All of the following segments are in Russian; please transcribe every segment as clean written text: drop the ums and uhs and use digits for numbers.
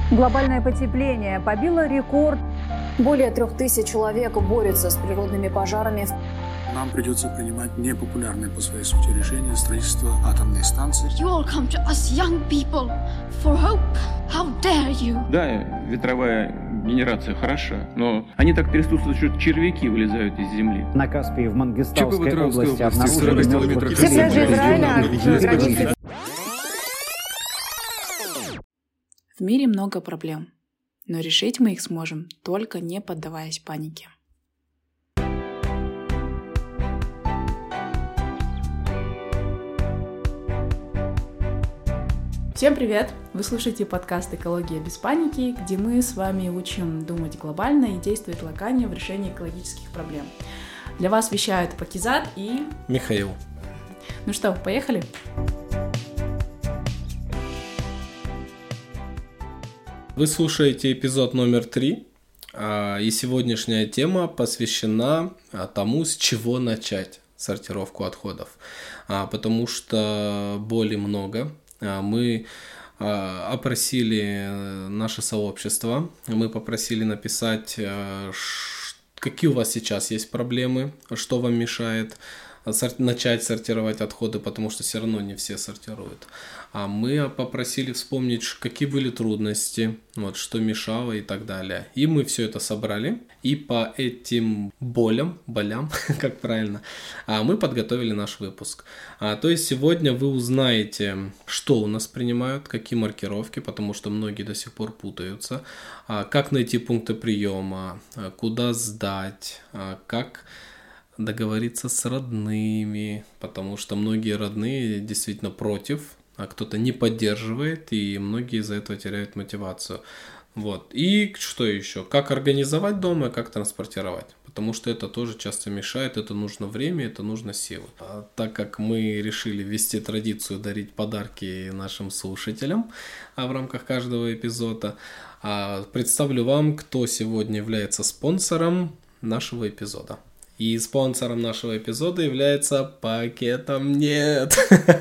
Глобальное потепление побило рекорд. Более 3000 человек борются с природными пожарами. Нам придется принимать непопулярные по своей сути решения строительства атомной станции. You all come to us young people for hope. How dare you? Да, ветровая генерация хороша, но они так трясутся, что червяки вылезают из земли. На Каспии в Мангистауской области Все пляжи Израиля. В мире много проблем, но решить мы их сможем, только не поддаваясь панике. Всем привет! Вы слушаете подкаст «Экология без паники», где мы с вами учим думать глобально и действовать локально в решении экологических проблем. Для вас вещают Пакизат и... Михаил. Ну что, поехали? Вы слушаете эпизод номер 3, и сегодняшняя тема посвящена тому, с чего начать сортировку отходов, потому что боли много. Мы опросили наше сообщество, мы попросили написать, какие у вас сейчас есть проблемы, что вам мешает начать сортировать отходы, потому что все равно не все сортируют. А мы попросили вспомнить, какие были трудности, вот, что мешало и так далее. И мы все это собрали. И по этим болям, как правильно, мы подготовили наш выпуск. То есть сегодня вы узнаете, что у нас принимают, какие маркировки, потому что многие до сих пор путаются, как найти пункты приема, куда сдать, как договориться с родными, потому что многие родные действительно против, а кто-то не поддерживает, и многие из-за этого теряют мотивацию. Вот. И что еще? Как организовать дома, как транспортировать? Потому что это тоже часто мешает, это нужно время, это нужно силы. Так как мы решили ввести традицию дарить подарки нашим слушателям в рамках каждого эпизода, представлю вам, кто сегодня является спонсором нашего эпизода. И спонсором нашего эпизода является Пакетом Нет.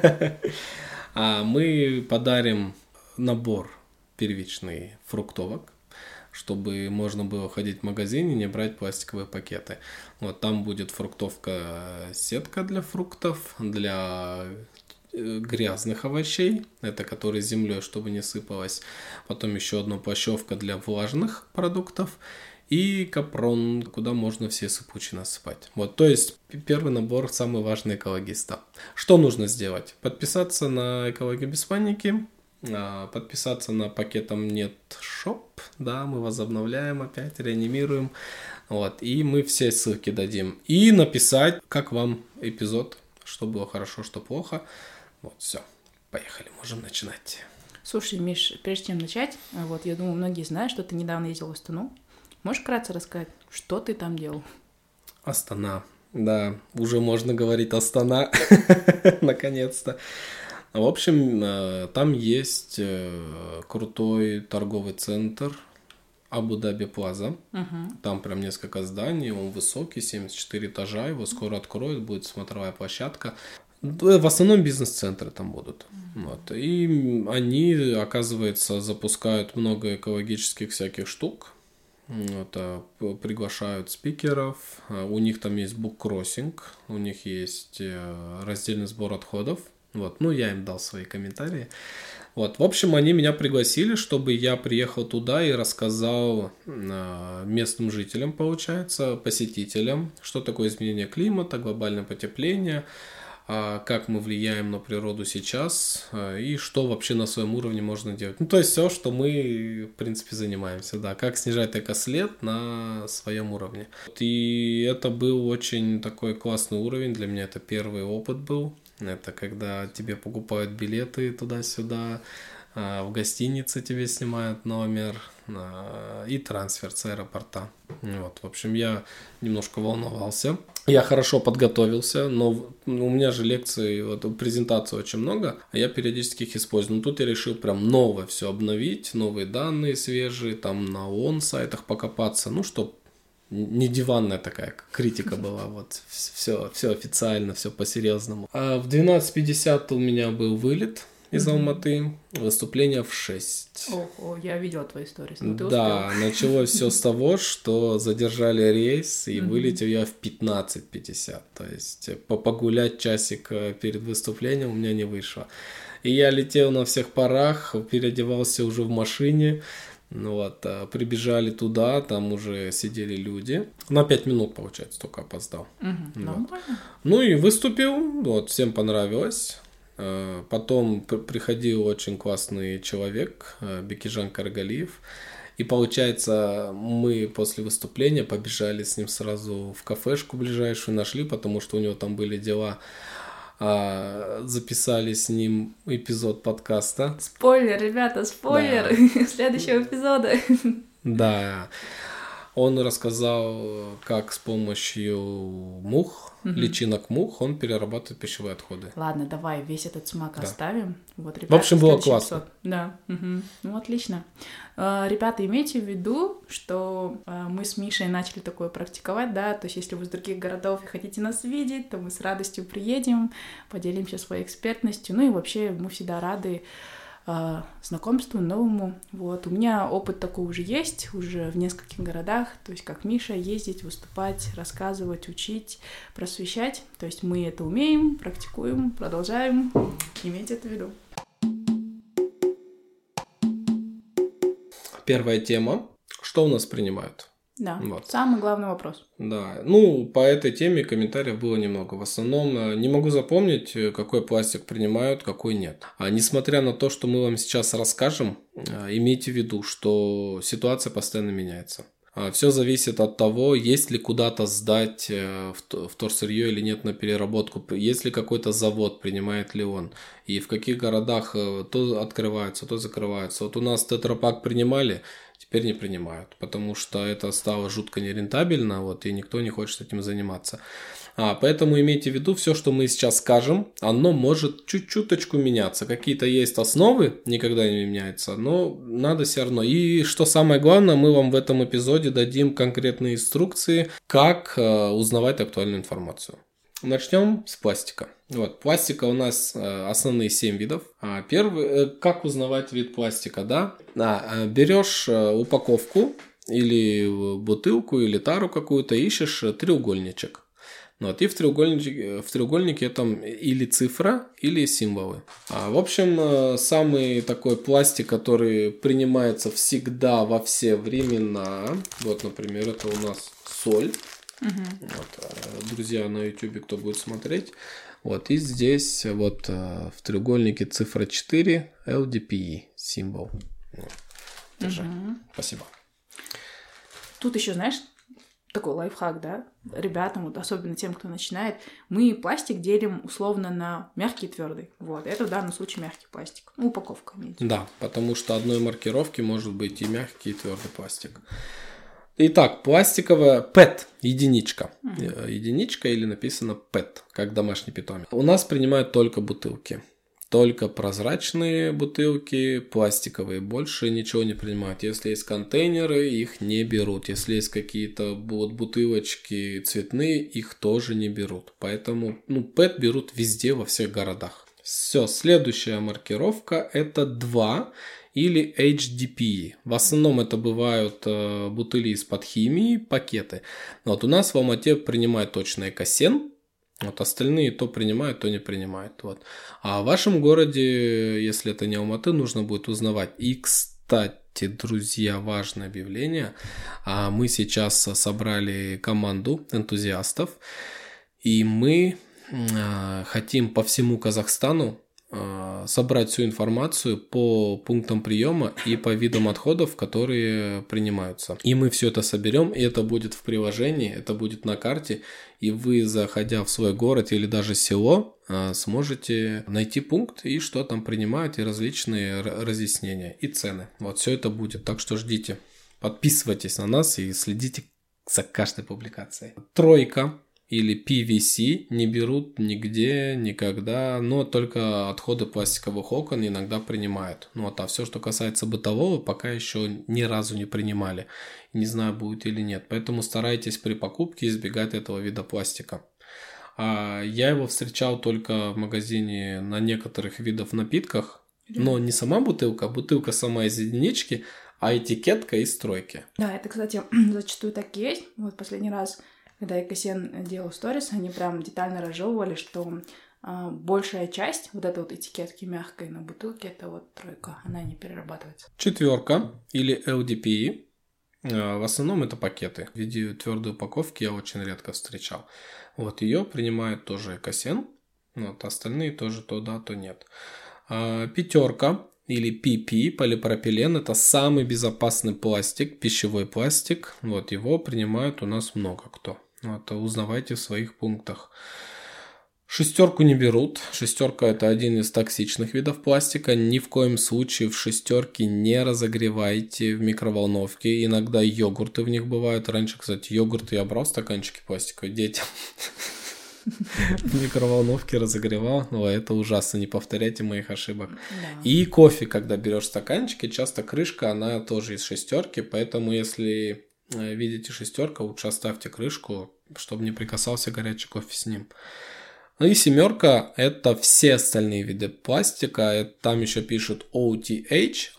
Мы подарим набор первичный фруктовок, чтобы можно было ходить в магазин и не брать пластиковые пакеты. Вот там будет фруктовка-сетка для фруктов, для грязных овощей, это которые с землей, чтобы не сыпалось. Потом еще одна плащевка для влажных продуктов. И капрон, куда можно все сыпучие насыпать. Вот, то есть первый набор самый важный экологиста. Что нужно сделать? Подписаться на «Экологию без паники», подписаться на Пакетом Нет шоп, да, мы возобновляем опять, реанимируем, вот, и мы все ссылки дадим. И написать, как вам эпизод, что было хорошо, что плохо. Вот, все, поехали, можем начинать. Слушай, Миш, прежде чем начать, вот, я думаю, многие знают, что ты недавно ездил в Астану. Можешь вкратце рассказать, что ты там делал? Астана. Да, уже можно говорить Астана. Наконец-то. В общем, там есть крутой торговый центр Абу-Даби Плаза. Там прям несколько зданий, он высокий, 74 этажа, его скоро откроют, будет смотровая площадка. В основном бизнес-центры там будут. Вот. И они, оказывается, запускают много экологических всяких штук. Вот, приглашают спикеров, у них там есть буккроссинг, у них есть раздельный сбор отходов. Вот, ну, я им дал свои комментарии. Вот, в общем, они меня пригласили, чтобы я приехал туда и рассказал местным жителям, получается, посетителям, что такое изменение климата, глобальное потепление, как мы влияем на природу сейчас и что вообще на своем уровне можно делать. Ну, то есть все, что мы, в принципе, занимаемся, да, как снижать экослед на своем уровне. И это был очень такой классный уровень, для меня это первый опыт был. Это когда тебе покупают билеты туда-сюда, в гостинице тебе снимают номер и трансфер с аэропорта. Вот, в общем, я немножко волновался. Я хорошо подготовился, но у меня же лекции, вот, презентаций очень много, а я периодически их использую. Но тут я решил прям новое все обновить, новые данные свежие, там на ООН сайтах покопаться, ну, чтоб не диванная такая критика была, вот, все официально, все по-серьезному. А в 12:50 у меня был вылет, из Алматы. Выступление в 6. Ого, я видела твои истории. Да, началось все с того, что задержали рейс, и вылетел я в 15:50. То есть погулять часик перед выступлением у меня не вышло. И я летел на всех парах, переодевался уже в машине. Вот, прибежали туда, там уже сидели люди. На 5 минут, получается, только опоздал. Вот. Ну и выступил, вот, всем понравилось. Потом приходил очень классный человек, Бекижан Каргалиев. И получается, мы после выступления побежали с ним сразу в кафешку ближайшую, нашли, потому что у него там были дела. Записали с ним эпизод подкаста. Спойлер, ребята, спойлер следующего эпизода. Да. Он рассказал, как с помощью мух, личинок мух, он перерабатывает пищевые отходы. Ладно, давай весь этот смак оставим. Вот, ребята, в общем, было классно. эпизод. Да. Ну, отлично. Ребята, имейте в виду, что мы с Мишей начали такое практиковать, да, то есть если вы из других городов и хотите нас видеть, то мы с радостью приедем, поделимся своей экспертностью, ну и вообще мы всегда рады знакомству новому. Вот. У меня опыт такой уже есть, уже в нескольких городах, то есть как Миша, ездить, выступать, рассказывать, учить, просвещать. То есть мы это умеем, практикуем, продолжаем. Имейте это в виду. Первая тема. Что у нас принимают? Да, вот. Самый главный вопрос. Да, ну, по этой теме комментариев было немного. В основном не могу запомнить, какой пластик принимают, какой нет. А несмотря на то, что мы вам сейчас расскажем, имейте в виду, что ситуация постоянно меняется. Все зависит от того, есть ли куда-то сдать вторсырье или нет на переработку, есть ли какой-то завод, принимает ли он, и в каких городах то открываются, то закрываются. Вот у нас тетрапак принимали, теперь не принимают, потому что это стало жутко нерентабельно, вот, и никто не хочет этим заниматься. Поэтому имейте в виду, все, что мы сейчас скажем, оно может чуть-чуточку меняться. Какие-то есть основы, никогда не меняются, но надо все равно. И что самое главное, мы вам в этом эпизоде дадим конкретные инструкции, как узнавать актуальную информацию. Начнем с пластика. Вот, пластика у нас основные 7 видов. Первый, как узнавать вид пластика, да? Берешь упаковку или бутылку, или тару какую-то, ищешь треугольничек. Вот, и в треугольнике там или цифра, или символы. В общем, самый такой пластик, который принимается всегда во все времена. Вот, например, это у нас соль. Вот, друзья на YouTube, кто будет смотреть. Вот, и здесь вот в треугольнике цифра 4, LDPE, символ. Держи. Спасибо. Тут еще, знаешь, такой лайфхак, да, ребятам, вот особенно тем, кто начинает, мы пластик делим условно на мягкий и твердый. Вот, это в данном случае мягкий пластик. Упаковка имеется. Да, потому что одной маркировки может быть и мягкий, и твердый пластик. Итак, пластиковая PET, единичка. Единичка или написано PET, как домашний питомец. У нас принимают только бутылки. Только прозрачные бутылки, пластиковые, больше ничего не принимают. Если есть контейнеры, их не берут. Если есть какие-то бутылочки цветные, их тоже не берут. Поэтому PET берут везде, во всех городах. Все, следующая маркировка это 2 или HDPE. В основном это бывают бутыли из-под химии, пакеты. Вот у нас в Алмате принимают точно Экосен. Вот остальные то принимают, то не принимают. Вот. А в вашем городе, если это не Алматы, нужно будет узнавать. И, кстати, друзья, важное объявление. Мы сейчас собрали команду энтузиастов. И мы хотим по всему Казахстану собрать всю информацию по пунктам приема и по видам отходов, которые принимаются. И мы все это соберем, и это будет в приложении, это будет на карте, и вы, заходя в свой город или даже село, сможете найти пункт и что там принимают, и различные разъяснения, и цены. Вот все это будет, так что ждите. Подписывайтесь на нас и следите за каждой публикацией. 3 или PVC не берут нигде, никогда, но только отходы пластиковых окон иногда принимают. А все, что касается бытового, пока еще ни разу не принимали. Не знаю, будет или нет. Поэтому старайтесь при покупке избегать этого вида пластика. Я его встречал только в магазине на некоторых видах напитках. Но не сама бутылка, а бутылка сама из единички, а этикетка из тройки. Да, это, кстати, зачастую так и есть. Вот последний раз, когда Экосен делал сторис, они прям детально разжевывали, что большая часть вот этой вот этикетки мягкой на бутылке — это вот тройка, она не перерабатывается. 4 или LDPE. В основном это пакеты. В виде твердой упаковки я очень редко встречал. Вот ее принимает тоже Экосен. Вот, остальные тоже то да, то нет. 5 или PP, полипропилен, это самый безопасный пластик, пищевой пластик. Вот, его принимают у нас много кто. Вот, узнавайте в своих пунктах. 6 не берут. 6 это один из токсичных видов пластика. Ни в коем случае в 6 не разогревайте в микроволновке. Иногда йогурты в них бывают. Раньше, кстати, йогурты я брал стаканчики пластиковые детям. В микроволновке разогревал. Но это ужасно, не повторяйте моих ошибок. И кофе, когда берешь стаканчики, часто крышка, она тоже из 6, поэтому если видите 6, лучше оставьте крышку, чтобы не прикасался горячий кофе с ним. Ну и 7 это все остальные виды пластика. Там еще пишут OTH,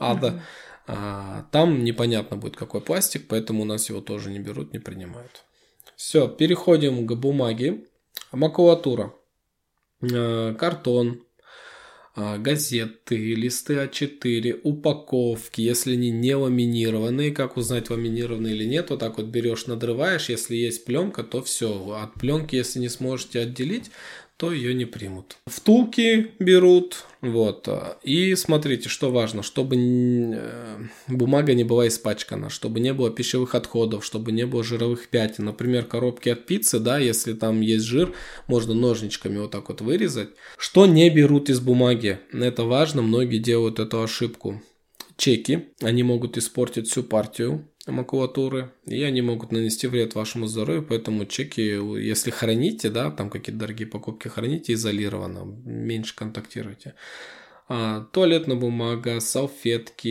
там непонятно будет какой пластик, поэтому у нас его тоже не берут, не принимают. Все, переходим к бумаге. Макулатура. Картон, газеты, листы А4, упаковки, если они не ламинированные. Как узнать, ламинированные или нет? Вот так вот берешь, надрываешь. Если есть пленка, то все. От пленки, если не сможете отделить, то ее не примут. Втулки берут. Вот. И смотрите, что важно, чтобы бумага не была испачкана, чтобы не было пищевых отходов, чтобы не было жировых пятен. Например, коробки от пиццы, да, если там есть жир, можно ножничками вот так вот вырезать. Что не берут из бумаги? Это важно, многие делают эту ошибку. Чеки, они могут испортить всю партию макулатуры, и они могут нанести вред вашему здоровью, поэтому чеки, если храните, да, там какие-то дорогие покупки, храните изолированно, меньше контактируйте. Туалетная бумага, салфетки,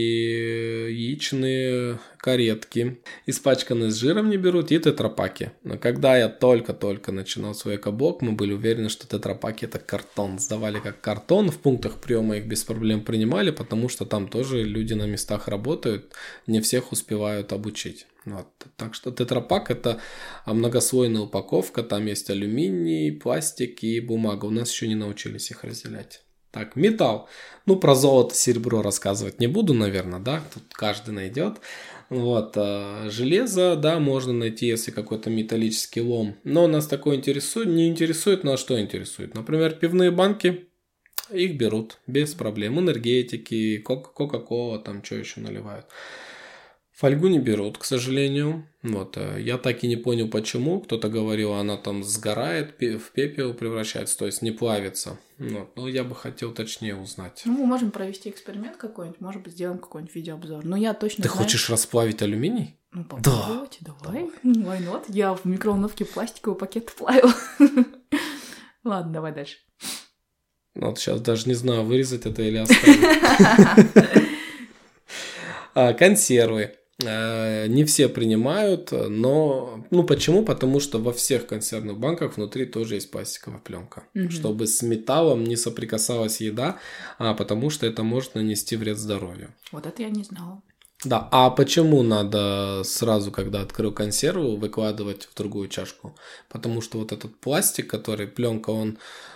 яичные каретки, испачканные с жиром не берут, и тетрапаки. Но когда я только-только начинал свой экоблог, мы были уверены, что тетрапаки это картон. Сдавали как картон, в пунктах приема их без проблем принимали, потому что там тоже люди на местах работают, не всех успевают обучить. Вот. Так что тетрапак это многослойная упаковка, там есть алюминий, пластик и бумага. У нас еще не научились их разделять. Так, металл. Ну, про золото, серебро рассказывать не буду, наверное, да, тут каждый найдет. Вот, железо, да, можно найти, если какой-то металлический лом. Но нас такое не интересует, но что интересует? Например, пивные банки, их берут без проблем. Энергетики, кока-кола, там что еще наливают. Фольгу не берут, к сожалению. Вот, я так и не понял, почему. Кто-то говорил, она там сгорает, в пепел превращается, то есть не плавится. Вот, но я бы хотел точнее узнать. Ну, мы можем провести эксперимент какой-нибудь, может быть, сделаем какой-нибудь видеообзор. Но я точно Ты знаю... хочешь расплавить алюминий? Ну, попробуйте, давай. Why not? Я в микроволновке пластиковый пакет плавила. Ладно, давай дальше. Вот сейчас даже не знаю, вырезать это или оставить. Консервы. Не все принимают, но... Ну, почему? Потому что во всех консервных банках внутри тоже есть пластиковая пленка. Чтобы с металлом не соприкасалась еда, потому что это может нанести вред здоровью. Вот это я не знала. Да, а почему надо сразу, когда открыл консерву, выкладывать в другую чашку? Потому что вот этот пластик, который пленка, он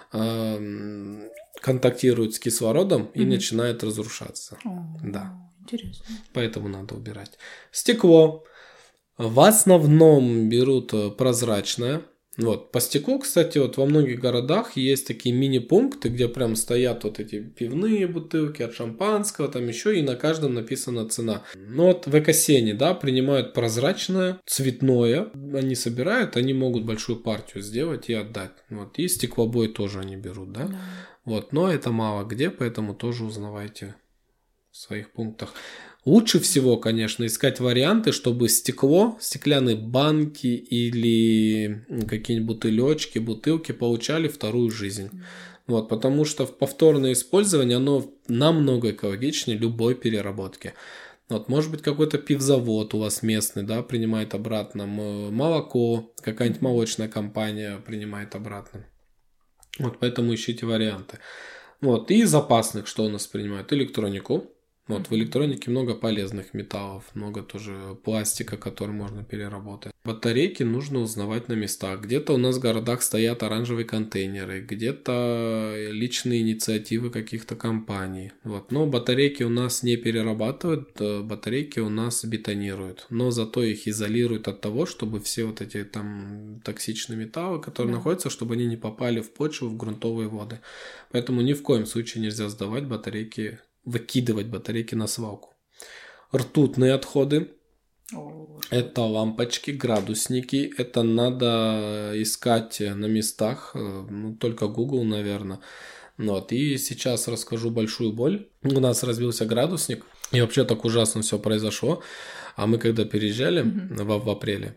контактирует с кислородом и начинает разрушаться. Да. Интересно. Поэтому надо убирать. Стекло. В основном берут прозрачное. Вот. По стеклу, кстати, вот во многих городах есть такие мини-пункты, где прям стоят вот эти пивные бутылки от шампанского, там еще, и на каждом написана цена. Но вот в Экосене, да, принимают прозрачное, цветное. Они собирают, они могут большую партию сделать и отдать. Вот. И стеклобой тоже они берут, да? Вот. Но это мало где, поэтому тоже узнавайте в своих пунктах. Лучше всего, конечно, искать варианты, чтобы стекло, стеклянные банки или какие-нибудь бутылечки, бутылки получали вторую жизнь. Вот, потому что в повторное использование оно намного экологичнее любой переработки. Вот, может быть, какой-то пивзавод у вас местный, да, принимает обратно. Молоко, какая-нибудь молочная компания принимает обратно. Вот, поэтому ищите варианты. Вот, и из опасных, что у нас принимают? Электронику. Вот, в электронике много полезных металлов, много тоже пластика, который можно переработать. Батарейки нужно узнавать на местах. Где-то у нас в городах стоят оранжевые контейнеры, где-то личные инициативы каких-то компаний. Вот. Но батарейки у нас не перерабатывают, батарейки у нас бетонируют. Но зато их изолируют от того, чтобы все вот эти там токсичные металлы, которые находятся, чтобы они не попали в почву, в грунтовые воды. Поэтому ни в коем случае нельзя сдавать батарейки, выкидывать батарейки на свалку. Ртутные отходы. Это лампочки, градусники. Это надо искать на местах. Ну, только Google, наверное. Вот. И сейчас расскажу большую боль. У нас разбился градусник. И вообще так ужасно все произошло. А мы когда переезжали в апреле,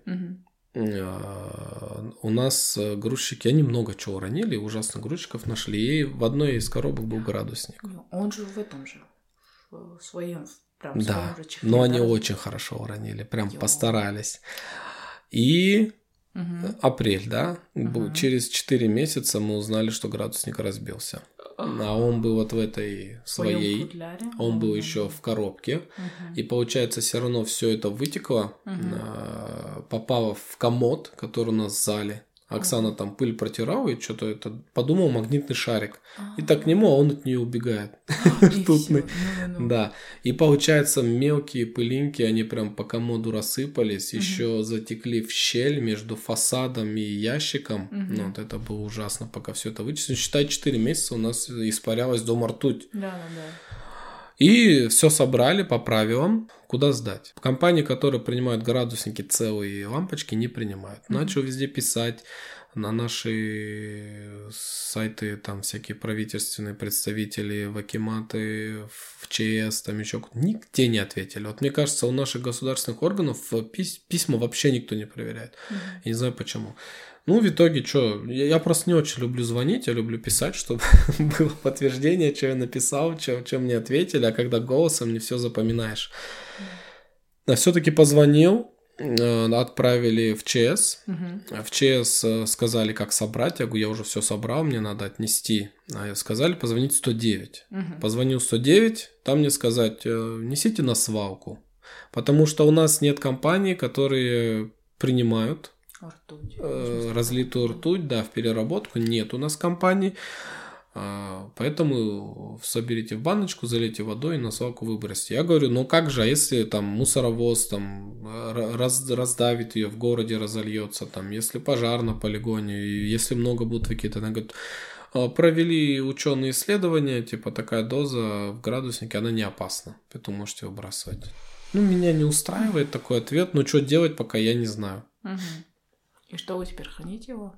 у нас грузчики, они много чего уронили, ужасно грузчиков нашли, и в одной из коробок был градусник. Он же в этом же, в своем, прям да, своем же чехле. Но они очень хорошо уронили, прям постарались. И апрель, да, через 4 месяца мы узнали, что градусник разбился. А он был вот в этой своей, он был еще в коробке, и получается все равно все это вытекло, попало в комод, который у нас в зале. Оксана там пыль протирала и что-то это подумал магнитный шарик. И так к нему, а он от нее убегает. Ртутный. Да. И получается мелкие пылинки, они прям по комоду рассыпались, еще затекли в щель между фасадом и ящиком. Ну, вот это было ужасно, пока все это вычистили. Считай, 4 месяца у нас испарялась дома ртуть. Да. И все собрали по правилам, куда сдать. Компании, которые принимают градусники целые, лампочки не принимают. Начал везде писать на наши сайты, там всякие правительственные представители, в акиматы, в ЧС, там еще нигде не ответили. Вот мне кажется, у наших государственных органов письма вообще никто не проверяет. Я не знаю почему. Ну, в итоге, что, я просто не очень люблю звонить, я люблю писать, чтобы было подтверждение, что я написал, что мне ответили, а когда голосом не все запоминаешь. А все-таки позвонил, отправили в ЧС. В ЧС сказали, как собрать. Я говорю, я уже все собрал, мне надо отнести. А сказали позвонить 109. Позвонил 109, там мне сказать, несите на свалку. Потому что у нас нет компаний, которые принимают разлитую ртуть, да, в переработку. Нет у нас компаний. Поэтому соберите в баночку, залейте водой и на свалку выбросьте. Я говорю, ну как же, а если там мусоровоз там раздавит ее, в городе разольется, там, если пожар на полигоне, если много будут выкидывать. Она говорит, провели ученые исследования, типа такая доза в градуснике, она не опасна, поэтому можете выбрасывать. Ну, меня не устраивает такой ответ, но что делать, пока я не знаю. И что вы теперь храните его?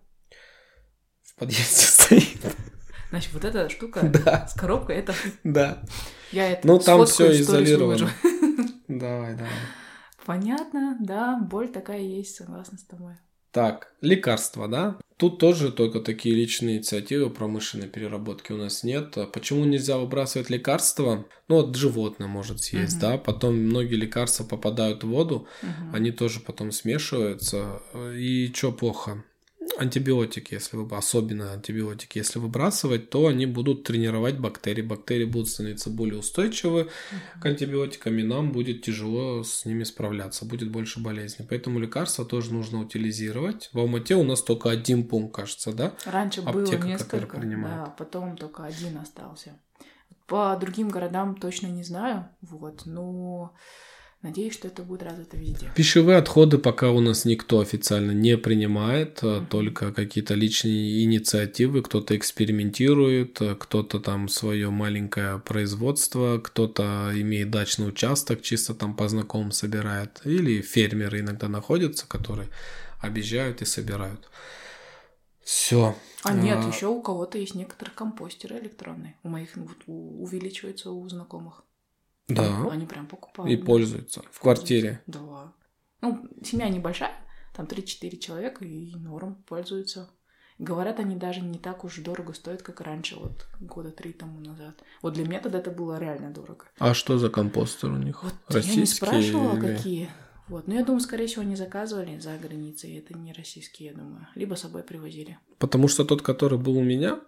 В подъезде стоит. Значит, вот эта штука с коробкой, это... Да. Я это ну, там все изолировано. Давай. Понятно, да, боль такая есть, согласна с тобой. Так, лекарства, да? Тут тоже только такие личные инициативы промышленной переработки у нас нет. Почему нельзя выбрасывать лекарства? Ну, вот животное может съесть, да? Потом многие лекарства попадают в воду, они тоже потом смешиваются. И что плохо? Антибиотики, особенно антибиотики, если выбрасывать, то они будут тренировать бактерии. Бактерии будут становиться более устойчивы к антибиотикам, и нам будет тяжело с ними справляться, будет больше болезней. Поэтому лекарства тоже нужно утилизировать. В Алмате у нас только 1 пункт, кажется, да? Раньше аптека, было несколько, да, потом только 1 остался. По другим городам точно не знаю, но... Надеюсь, что это будет развито везде. Пищевые отходы пока у нас никто официально не принимает, только какие-то личные инициативы, кто-то экспериментирует, кто-то там свое маленькое производство, кто-то имеет дачный участок, чисто там по знакомым собирает, или фермеры иногда находятся, которые объезжают и собирают. Все. Нет, еще у кого-то есть некоторые компостеры электронные. У моих увеличивается у знакомых. Да. Они прям покупают. И пользуются в квартире. Да. Ну, семья небольшая, там 3-4 человека, и норм пользуются. Говорят, они даже не так уж дорого стоят, как раньше, вот года 3 тому назад. Вот для меня тогда это было реально дорого. А что за компостер у них? Вот российские? Я не спрашивала, или... какие. Вот. Но я думаю, скорее всего, они заказывали за границей. Это не российские, я думаю. Либо с собой привозили. Потому что тот, который был у меня,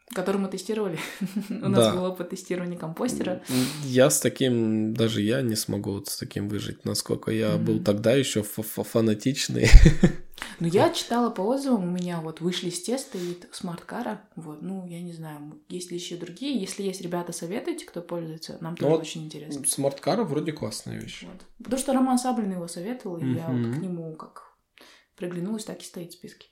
Который мы тестировали. У нас был опыт тестирования компостера. Я с таким, даже я не смогу вот с таким выжить, насколько я был тогда еще фанатичный. Ну, я читала по отзывам, у меня вот Wishlist стоит смарт-кара, вот, ну, я не знаю, есть ли еще другие, если есть ребята, советуйте, кто пользуется, нам тоже очень интересно. Смарт-кара вроде классная вещь. Вот. Потому что Роман Саблин его советовал, и я вот к нему как приглянулась, так и стоит в списке.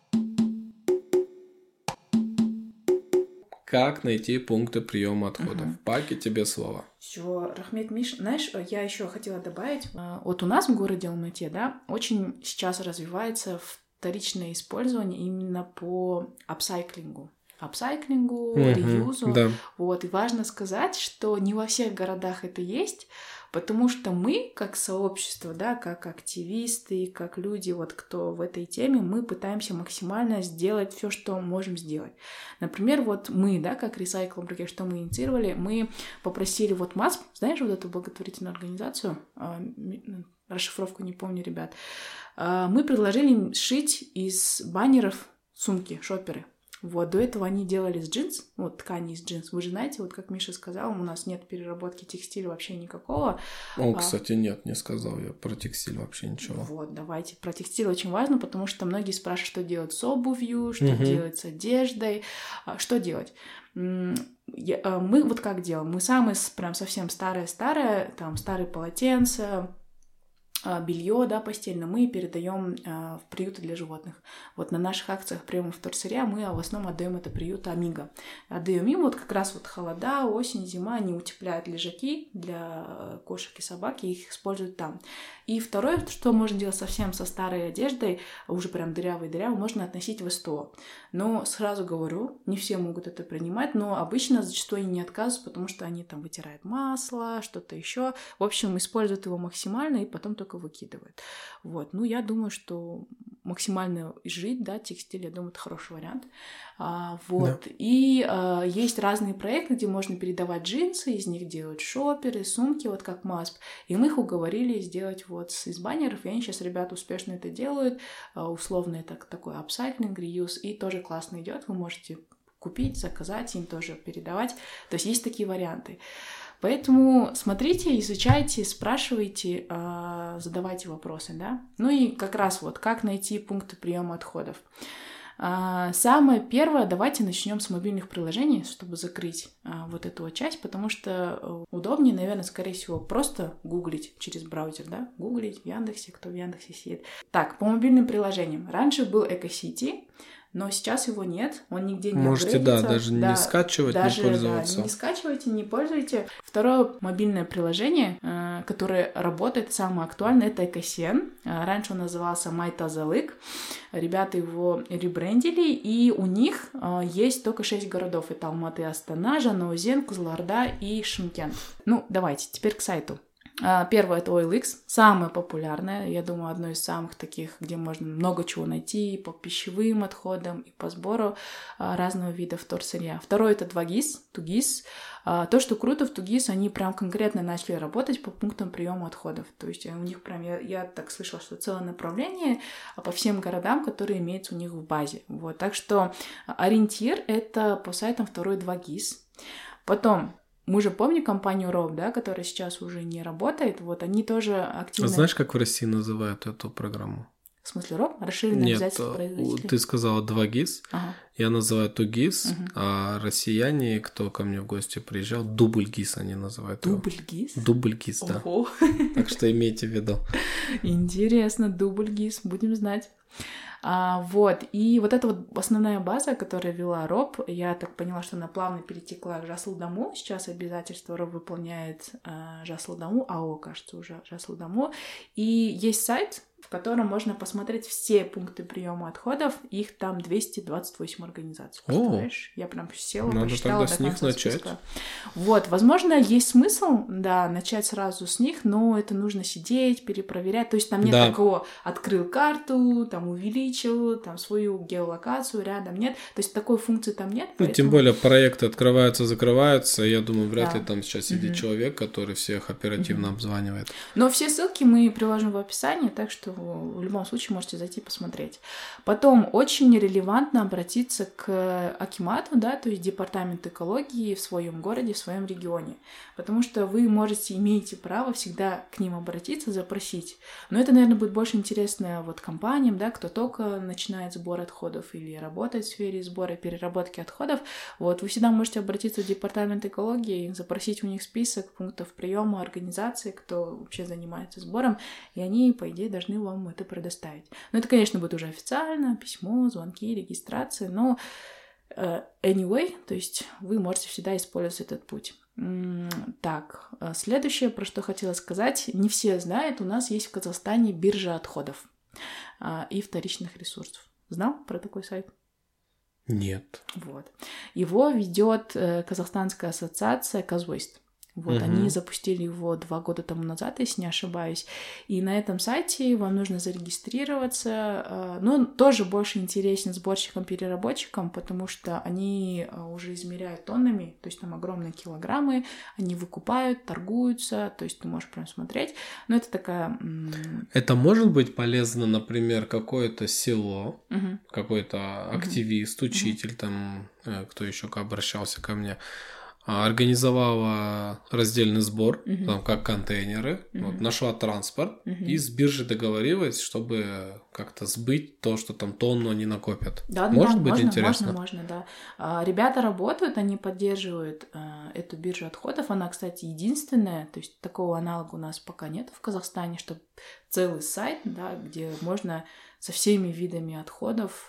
Как найти пункты приема отходов? Паки, тебе слово. Все, Рахмет, Миш, знаешь, я еще хотела добавить, вот у нас в городе Алмате, да, очень сейчас развивается вторичное использование именно по апсайклингу, реюзу. Да. Вот, и важно сказать, что не во всех городах это есть, потому что мы, как сообщество, да, как активисты, как люди, вот кто в этой теме, мы пытаемся максимально сделать все, что можем сделать. Например, вот мы, да, как Recycle Brigade, что мы инициировали, мы попросили вот МАСП, знаешь, вот эту благотворительную организацию, расшифровку не помню, ребят, мы предложили им сшить из баннеров сумки, шоперы. Вот, до этого они делали с джинс, вот, ткани из джинс. Вы же знаете, вот как Миша сказал, у нас нет переработки текстиля вообще никакого. Он, кстати, нет, не сказал я про текстиль вообще ничего. Вот, давайте. Про текстиль очень важно, потому что многие спрашивают, что делать с обувью, что делать с одеждой, что делать. Мы вот как делаем? Мы самые прям совсем старые, там, старые полотенца, белье, да, постельное, мы передаем в приюты для животных. Вот на наших акциях приема вторсырья мы в основном отдаем это приюту Амиго. Отдаем им вот как раз вот холода, осень, зима, они утепляют лежаки для кошек и собак, и их используют там. И второе, что можно делать совсем со старой одеждой, уже прям дырявой, можно относить в СТО. Но сразу говорю, не все могут это принимать, но обычно зачастую они не отказывают, потому что они там вытирают масло, что-то еще. В общем, используют его максимально и потом только выкидывают. Вот. Ну, я думаю, что максимально жить, да, текстиль, я думаю, это хороший вариант. Вот. Да. И есть разные проекты, где можно передавать джинсы, из них делать шоперы, сумки, вот как МАСП. И мы их уговорили сделать вот из баннеров, и они сейчас, ребята, успешно это делают. Условно это такой апсайклинг, реюз, и тоже классно идет. Вы можете купить, заказать, им тоже передавать. То есть есть такие варианты. Поэтому смотрите, изучайте, спрашивайте, задавайте вопросы, да. Ну и как раз вот, как найти пункты приема отходов. Самое первое, давайте начнем с мобильных приложений, чтобы закрыть вот эту вот часть, потому что удобнее, наверное, скорее всего, просто гуглить через браузер, да, гуглить в Яндексе, кто в Яндексе сидит. Так, по мобильным приложениям. Раньше был Экосити, но сейчас его нет, он нигде не можете, апгрейдится. Да, даже не скачивать, даже, не пользоваться. Да, не скачивайте, не пользуйте. Второе мобильное приложение, которое работает, самое актуальное, это Экосен. Раньше он назывался Майтазалык. Ребята его ребрендили, и у них есть только 6 городов. Это Алматы, Астана, Жанаузен, Кызылорда и Шымкент. Ну, давайте, теперь к сайту. Первое — это OLX, самое популярное, я думаю, одно из самых таких, где можно много чего найти и по пищевым отходам, и по сбору разного вида вторсырья. Второе — это 2GIS, Тугис. То, что круто, в Тугис они прям конкретно начали работать по пунктам приема отходов. То есть у них прям, я так слышала, что целое направление по всем городам, которые имеются у них в базе. Вот. Так что ориентир — это по сайтам второй 2GIS. Потом мы же помним компанию Rob, да, которая сейчас уже не работает, вот, они тоже активно... Знаешь, как в России называют эту программу? В смысле Rob? Расширенное обязательство производителя? Нет, ты сказала 2GIS, я называю Тугис, а россияне, кто ко мне в гости приезжал, Дубльгис они называют. Дубльгис? Дубльгис, да. Ого. Так что имейте в виду. Интересно, Дубльгис, будем знать. Вот, и вот эта вот основная база, которая вела РОП, я так поняла, что она плавно перетекла к Жасылдаму. Сейчас обязательство РОП выполняет Жасылдаму, АО, кажется, уже Жасылдаму. И есть сайт, в котором можно посмотреть все пункты приема отходов. Их там 228 организаций. Представляешь? Я прям села, надо посчитала тогда с них начать. Списка. Вот, возможно, есть смысл, да, начать сразу с них, но это нужно сидеть, перепроверять. То есть там нет такого, открыл карту, там увеличил, там свою геолокацию рядом, нет. То есть такой функции там нет. Поэтому... тем более проекты открываются, закрываются. Я думаю, вряд ли там сейчас сидит человек, который всех оперативно обзванивает. Но все ссылки мы приложим в описании, так что в любом случае можете зайти посмотреть. Потом очень релевантно обратиться к акимату, да, то есть департамент экологии в своем городе, в своем регионе, потому что вы имеете право всегда к ним обратиться, запросить. Но это, наверное, будет больше интересно вот компаниям, да, кто только начинает сбор отходов или работает в сфере сбора и переработки отходов. Вот, вы всегда можете обратиться в департамент экологии, запросить у них список пунктов приема организации, кто вообще занимается сбором, и они, по идее, должны вам это предоставить. Но это, конечно, будет уже официально, письмо, звонки, регистрация, но anyway, то есть вы можете всегда использовать этот путь. Так, следующее, про что хотела сказать, не все знают, у нас есть в Казахстане биржа отходов и вторичных ресурсов. Знал про такой сайт? Нет. Вот. Его ведет Казахстанская ассоциация Казвейст. Вот, они запустили его 2 года тому назад, если не ошибаюсь. И на этом сайте вам нужно зарегистрироваться. Но он тоже больше интересен сборщикам-переработчикам, потому что они уже измеряют тоннами, то есть там огромные килограммы, они выкупают, торгуются, то есть ты можешь прям смотреть. Но это такая... Это может быть полезно, например, какое-то село, какой-то активист, учитель, там, кто еще обращался ко мне, организовала раздельный сбор, там, как контейнеры, вот, нашла транспорт и с биржей договорилась, чтобы как-то сбыть то, что там тонну они накопят. Да, Может быть можно, интересно? Можно, да. Ребята работают, они поддерживают эту биржу отходов. Она, кстати, единственная, то есть такого аналога у нас пока нет в Казахстане, что целый сайт, да, где можно со всеми видами отходов,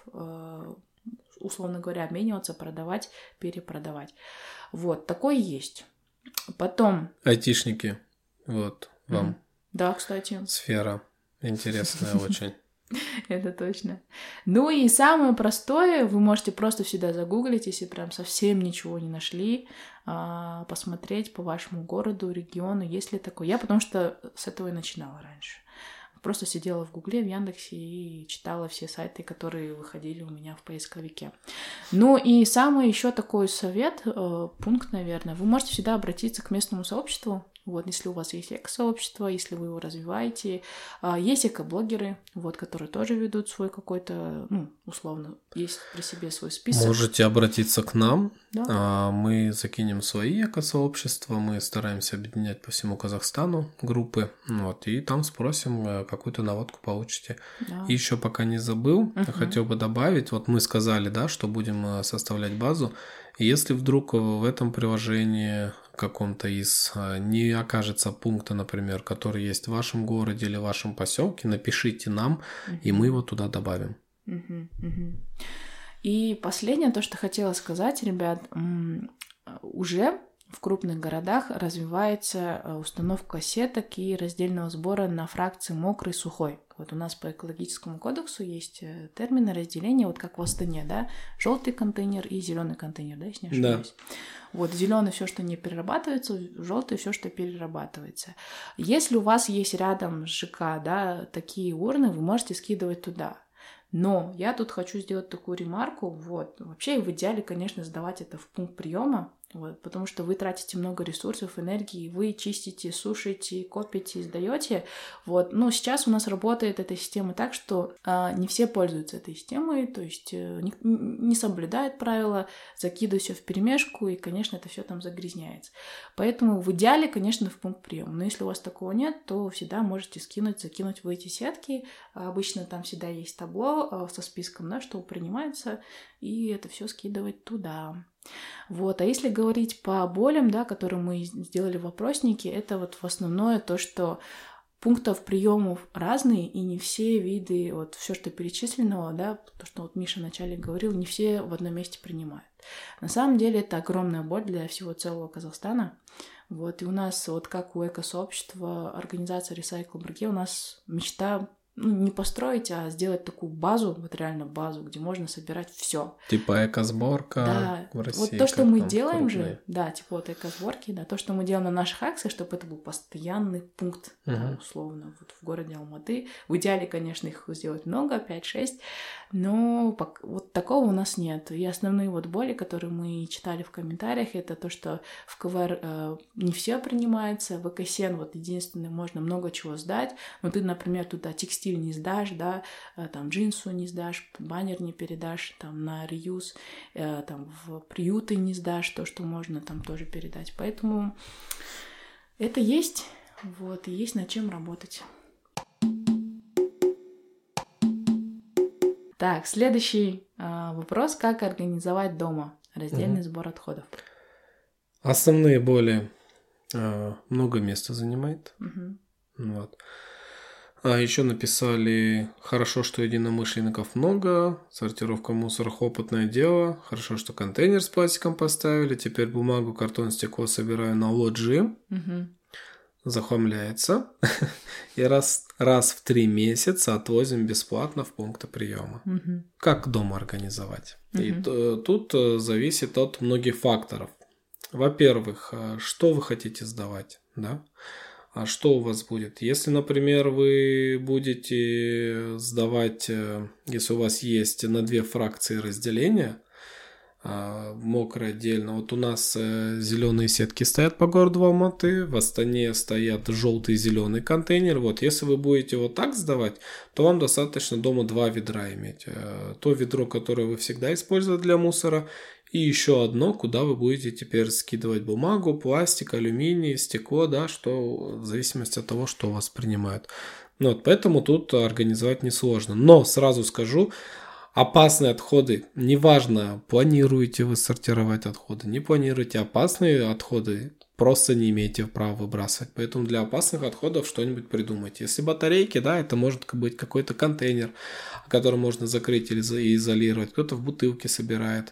условно говоря, обмениваться, продавать, перепродавать. Вот, такой есть. Потом... Айтишники, вот, вам. Да, кстати. Сфера интересная очень. Это точно. Ну и самое простое, вы можете просто всегда загуглить, если прям совсем ничего не нашли, посмотреть по вашему городу, региону, есть ли такое. Я потому что с этого и начинала раньше. Просто сидела в Гугле, в Яндексе и читала все сайты, которые выходили у меня в поисковике. Ну и самый еще такой совет, пункт, наверное, вы можете всегда обратиться к местному сообществу. Вот, если у вас есть эко-сообщество, если вы его развиваете. Есть эко-блогеры, вот, которые тоже ведут свой какой-то, ну, условно, есть при себе свой список. Можете обратиться к нам. Да. Мы закинем свои эко-сообщества, мы стараемся объединять по всему Казахстану группы, вот, и там спросим, какую-то наводку получите. Да. И еще пока не забыл, хотел бы добавить, вот мы сказали, да, что будем составлять базу. И если вдруг в этом приложении каком-то из не окажется пункта, например, который есть в вашем городе или в вашем поселке, напишите нам, и мы его туда добавим. И последнее, то, что хотела сказать, ребят, уже в крупных городах развивается установка сеток и раздельного сбора на фракции мокрый, сухой. Вот у нас по экологическому кодексу есть термины разделения, вот как в Астане, да, желтый контейнер и зеленый контейнер, да, если не ошибаюсь. Да. Вот зеленый все, что не перерабатывается, желтый все, что перерабатывается. Если у вас есть рядом с ЖК, да, такие урны, вы можете скидывать туда. Но я тут хочу сделать такую ремарку, вот, вообще в идеале, конечно, сдавать это в пункт приема, вот, потому что вы тратите много ресурсов, энергии, вы чистите, сушите, копите, сдаете, вот, но сейчас у нас работает эта система так, что не все пользуются этой системой, то есть не соблюдают правила, закидывают все вперемешку, и, конечно, это все там загрязняется. Поэтому в идеале, конечно, в пункт приема, но если у вас такого нет, то всегда можете закинуть в эти сетки, обычно там всегда есть табло со списком, да, что принимается, и это все скидывать туда. Вот, а если говорить по болям, да, которые мы сделали в вопроснике, это вот в основное то, что пунктов приемов разные, и не все виды, вот все, что перечислено, да, то, что вот Миша вначале говорил, не все в одном месте принимают. На самом деле это огромная боль для всего целого Казахстана. Вот, и у нас, вот как у эко-сообщества, организация Recycle Burge, у нас мечта не построить, а сделать такую базу, вот реально базу, где можно собирать все. Типа экосборка, да, в России. Вот то, что мы делаем крупные. же, да, типа вот экосборки, да, то, что мы делаем на наших акциях, чтобы это был постоянный пункт, да, условно, вот в городе Алматы. В идеале, конечно, их сделать много, 5-6, но вот такого у нас нет. И основные вот боли, которые мы читали в комментариях, это то, что в КВР не все принимается, в ЭКСЕН вот единственное, можно много чего сдать, но ты, например, туда текстиль текстиль не сдашь, да, там джинсу не сдашь, баннер не передашь, там на реюз, там в приюты не сдашь то, что можно там тоже передать. Поэтому это есть, вот, и есть над чем работать. Так, следующий вопрос. Как организовать дома раздельный сбор отходов? Основные боли много места занимает. Вот. А еще написали: хорошо, что единомышленников много, сортировка мусора опытное дело, хорошо, что контейнер с пластиком поставили, теперь бумагу, картон, стекло собираю на лоджии. Захламляется. И раз в 3 месяца отвозим бесплатно в пункты приема. Как дома организовать? И тут зависит от многих факторов. Во-первых, что вы хотите сдавать, да? А что у вас будет? Если, например, вы будете сдавать, если у вас есть на 2 фракции разделения, мокрое отдельно. Вот у нас зеленые сетки стоят по городу Алматы, в Астане стоят желтый и зеленый контейнер. Вот, если вы будете вот так сдавать, то вам достаточно дома 2 ведра иметь. То ведро, которое вы всегда используете для мусора, и еще одно, куда вы будете теперь скидывать бумагу, пластик, алюминий, стекло, да, что в зависимости от того, что у вас принимают. Вот, поэтому тут организовать несложно. Но сразу скажу, опасные отходы, неважно, планируете вы сортировать отходы, не планируете, опасные отходы просто не имеете права выбрасывать. Поэтому для опасных отходов что-нибудь придумайте. Если батарейки, да, это может быть какой-то контейнер, который можно закрыть или изолировать. Кто-то в бутылке собирает.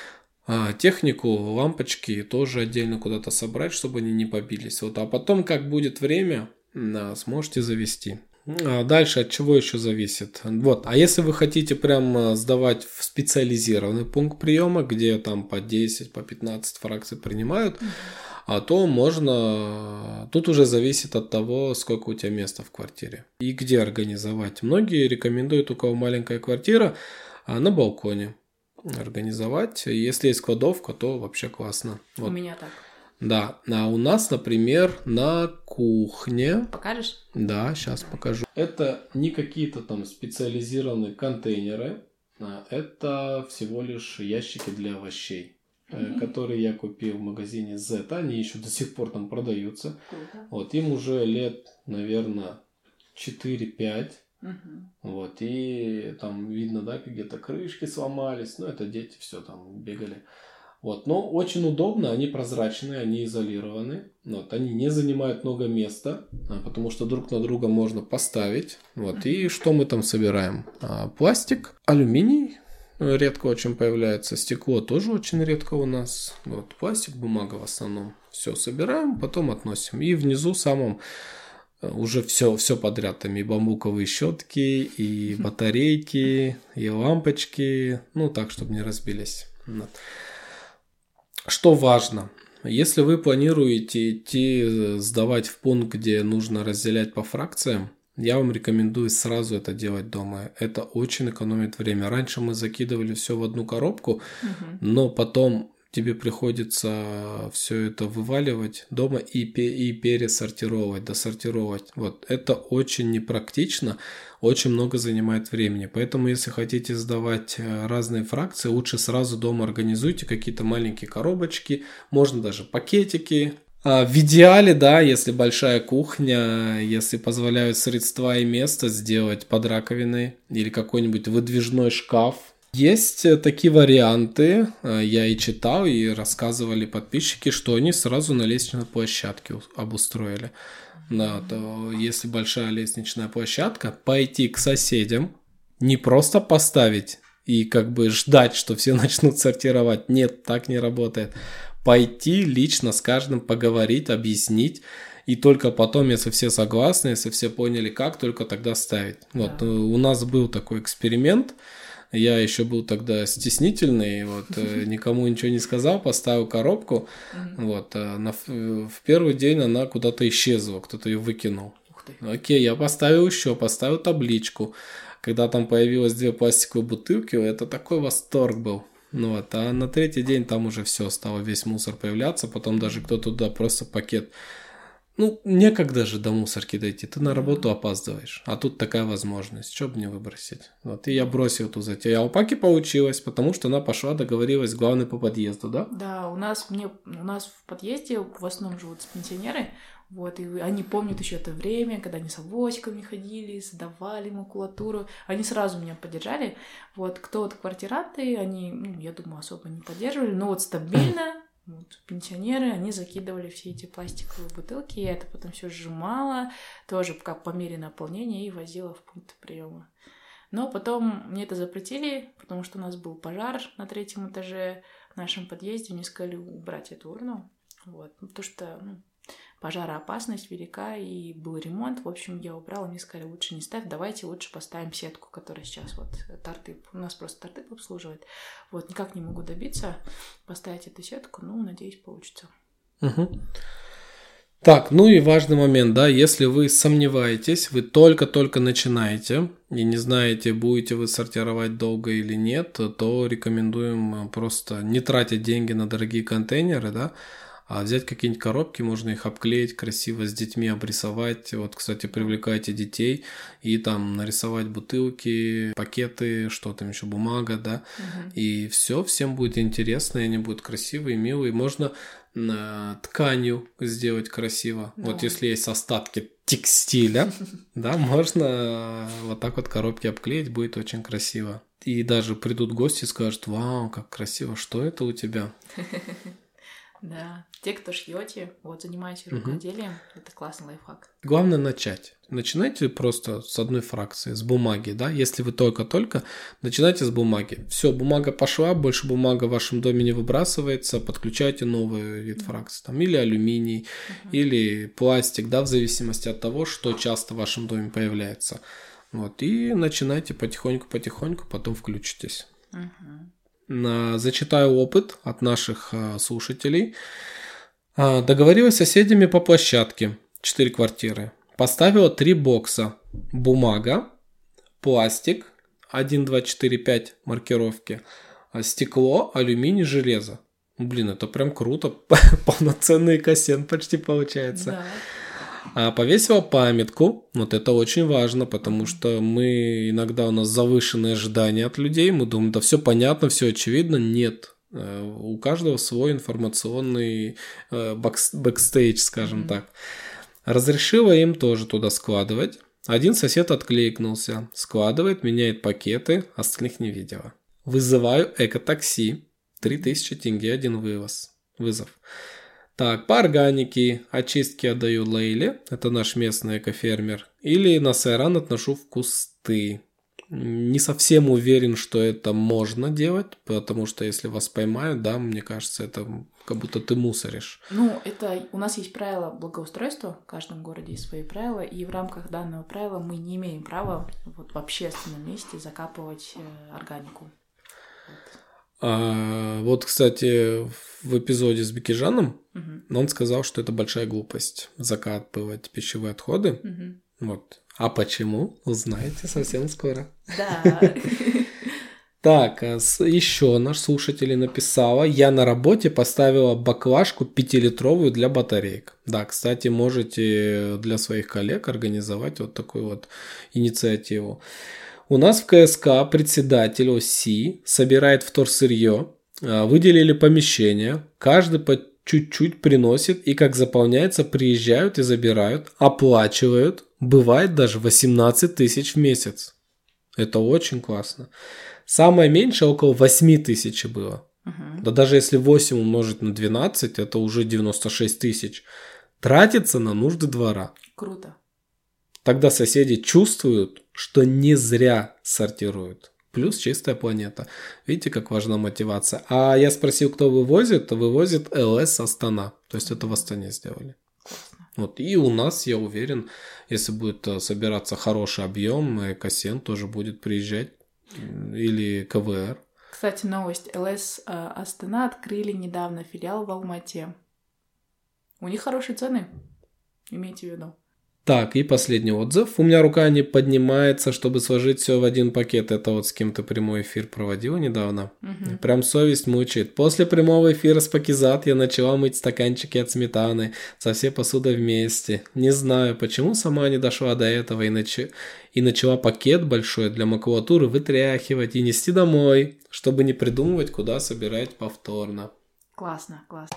Технику, лампочки тоже отдельно куда-то собрать, чтобы они не побились. Вот, а потом, как будет время, сможете завести. Дальше от чего еще зависит? Вот. А если вы хотите прям сдавать в специализированный пункт приема, где там по 10, по 15 фракций принимают, то можно... Тут уже зависит от того, сколько у тебя места в квартире и где организовать. Многие рекомендуют, у кого маленькая квартира, на балконе организовать. Если есть кладовка, то вообще классно. Вот. У меня так. Да, а у нас, например, на кухне... Покажешь? Да, сейчас покажу. Это не какие-то там специализированные контейнеры, это всего лишь ящики для овощей, которые я купил в магазине Z. Они еще до сих пор там продаются. Круто. Вот, им уже лет, наверное, 4-5. Вот, и там видно, да, где-то крышки сломались, это дети все там бегали. Вот, но очень удобно, они прозрачные, они изолированы, вот, они не занимают много места, потому что друг на друга можно поставить. Вот, и что мы там собираем? Пластик, алюминий редко очень появляется, стекло тоже очень редко у нас. Вот, пластик, бумага в основном. Все собираем, потом относим. И внизу самом уже все подряд, там и бамбуковые щетки, и батарейки, и лампочки, так, чтобы не разбились. Вот. Что важно, если вы планируете идти сдавать в пункт, где нужно разделять по фракциям, я вам рекомендую сразу это делать дома. Это очень экономит время. Раньше мы закидывали все в одну коробку, но потом тебе приходится все это вываливать дома и пересортировать, досортировать. Вот. Это очень непрактично, очень много занимает времени. Поэтому, если хотите сдавать разные фракции, лучше сразу дома организуйте какие-то маленькие коробочки, можно даже пакетики. В идеале, да, если большая кухня, если позволяют средства и место, сделать под раковиной или какой-нибудь выдвижной шкаф. Есть такие варианты, я и читал, и рассказывали подписчики, что они сразу на лестничной площадке обустроили. Да, то если большая лестничная площадка, пойти к соседям, не просто поставить и как бы ждать, что все начнут сортировать. Нет, так не работает. Пойти лично с каждым поговорить, объяснить, и только потом, если все согласны, если все поняли как, только тогда ставить. Вот, у нас был такой эксперимент. Я еще был тогда стеснительный, вот, никому ничего не сказал, поставил коробку, вот, в первый день она куда-то исчезла, кто-то ее выкинул. Окей, я поставил табличку, когда там появилось 2 пластиковые бутылки, это такой восторг был. Вот, а на 3-й день там уже все, стало весь мусор появляться, потом даже кто-то туда просто пакет некогда же до мусорки дойти, ты на работу опаздываешь, а тут такая возможность, что бы не выбросить. Вот, и я бросил ту затею. А у Паки получилось, потому что она пошла, договорилась с главной по подъезду, да? Да, у нас в подъезде в основном живут пенсионеры, вот, и они помнят еще это время, когда они с авоськами ходили, сдавали макулатуру, они сразу меня поддержали. Вот, кто вот квартиранты, они, я думаю, особо не поддерживали, но вот стабильно. Вот, пенсионеры, они закидывали все эти пластиковые бутылки, я это потом все сжимала, тоже как по мере наполнения, и возила в пункт приема. Но потом мне это запретили, потому что у нас был пожар на 3-м этаже в нашем подъезде, мне сказали убрать эту урну, вот, потому что пожароопасность велика, и был ремонт. В общем, я убрала, мне сказали, лучше не ставь, давайте лучше поставим сетку, которая сейчас вот Тартып. У нас просто Тартып обслуживает. Вот, никак не могу добиться поставить эту сетку, надеюсь, получится. Угу. Так, и важный момент, да, если вы сомневаетесь, вы только-только начинаете и не знаете, будете вы сортировать долго или нет, то рекомендуем просто не тратить деньги на дорогие контейнеры, да, а взять какие-нибудь коробки, можно их обклеить красиво, с детьми обрисовать. Вот, кстати, привлекайте детей и там нарисовать бутылки, пакеты, что там еще, бумага, да. И все, всем будет интересно, и они будут красивые, милые. Можно тканью сделать красиво. Да. Вот если есть остатки текстиля, да, можно вот так вот коробки обклеить, будет очень красиво. И даже придут гости и скажут: вау, как красиво, что это у тебя? Да, те, кто шьете, вот занимаетесь рукоделием, это классный лайфхак. Главное начать. Начинайте просто с одной фракции, с бумаги, да, если вы только-только, начинайте с бумаги. Все, бумага пошла, больше бумага в вашем доме не выбрасывается, подключайте новый вид фракции, там, или алюминий, или пластик, да, в зависимости от того, что часто в вашем доме появляется. Вот, и начинайте потихоньку, потом включитесь. Зачитаю опыт от наших слушателей. Договорилась с соседями по площадке. 4 квартиры. Поставила 3 бокса. Бумага, пластик, 1, 2, 4, 5 маркировки, стекло, алюминий, железо. Блин, это прям круто. Полноценный кассет почти получается. Да. Повесила памятку, вот это очень важно, потому что у нас завышенные ожидания от людей, мы думаем, да все понятно, все очевидно, нет, у каждого свой информационный бэкстейдж, скажем так. Разрешила им тоже туда складывать, один сосед откликнулся, складывает, меняет пакеты, остальных не видела. Вызываю экотакси, 3000 тенге один вызов. Так, по органике очистки отдаю Лейле, это наш местный экофермер, или на сайран отношу в кусты. Не совсем уверен, что это можно делать, потому что если вас поймают, да, мне кажется, это как будто ты мусоришь. Это у нас есть правила благоустройства, в каждом городе есть свои правила, и в рамках данного правила мы не имеем права в общественном месте закапывать органику. Вот, кстати, в эпизоде с Бекижаном он сказал, что это большая глупость закапывать пищевые отходы. Вот. А почему? Узнаете совсем скоро. Да. Так, еще наш слушатель написала: я на работе поставила баклажку 5-литровую для батареек. Да, кстати, можете для своих коллег организовать вот такую вот инициативу. У нас в КСК председатель ОСИ собирает вторсырье, выделили помещение, каждый по чуть-чуть приносит, и как заполняется, приезжают и забирают, оплачивают, бывает даже 18 тысяч в месяц. Это очень классно. Самое меньшее около 8 тысяч было. Да даже если 8 умножить на 12, это уже 96 тысяч. Тратится на нужды двора. Круто. Тогда соседи чувствуют, что не зря сортируют. Плюс чистая планета. Видите, как важна мотивация. А я спросил, кто вывозит. Вывозит ЛС Астана. То есть это в Астане сделали. Классно. Вот. И у нас, я уверен, если будет собираться хороший объем, Экосен тоже будет приезжать. Или КВР. Кстати, новость. ЛС Астана открыли недавно филиал в Алмате. У них хорошие цены. Имейте в виду. Так, и последний отзыв. У меня рука не поднимается, чтобы сложить все в один пакет. Это вот с кем ты прямой эфир проводила недавно. Прям совесть мучает. После прямого эфира с Пакизат я начала мыть стаканчики от сметаны со всей посудой вместе. Не знаю, почему сама не дошла до этого и начала пакет большой для макулатуры вытряхивать и нести домой, чтобы не придумывать, куда собирать повторно. Классно, классно.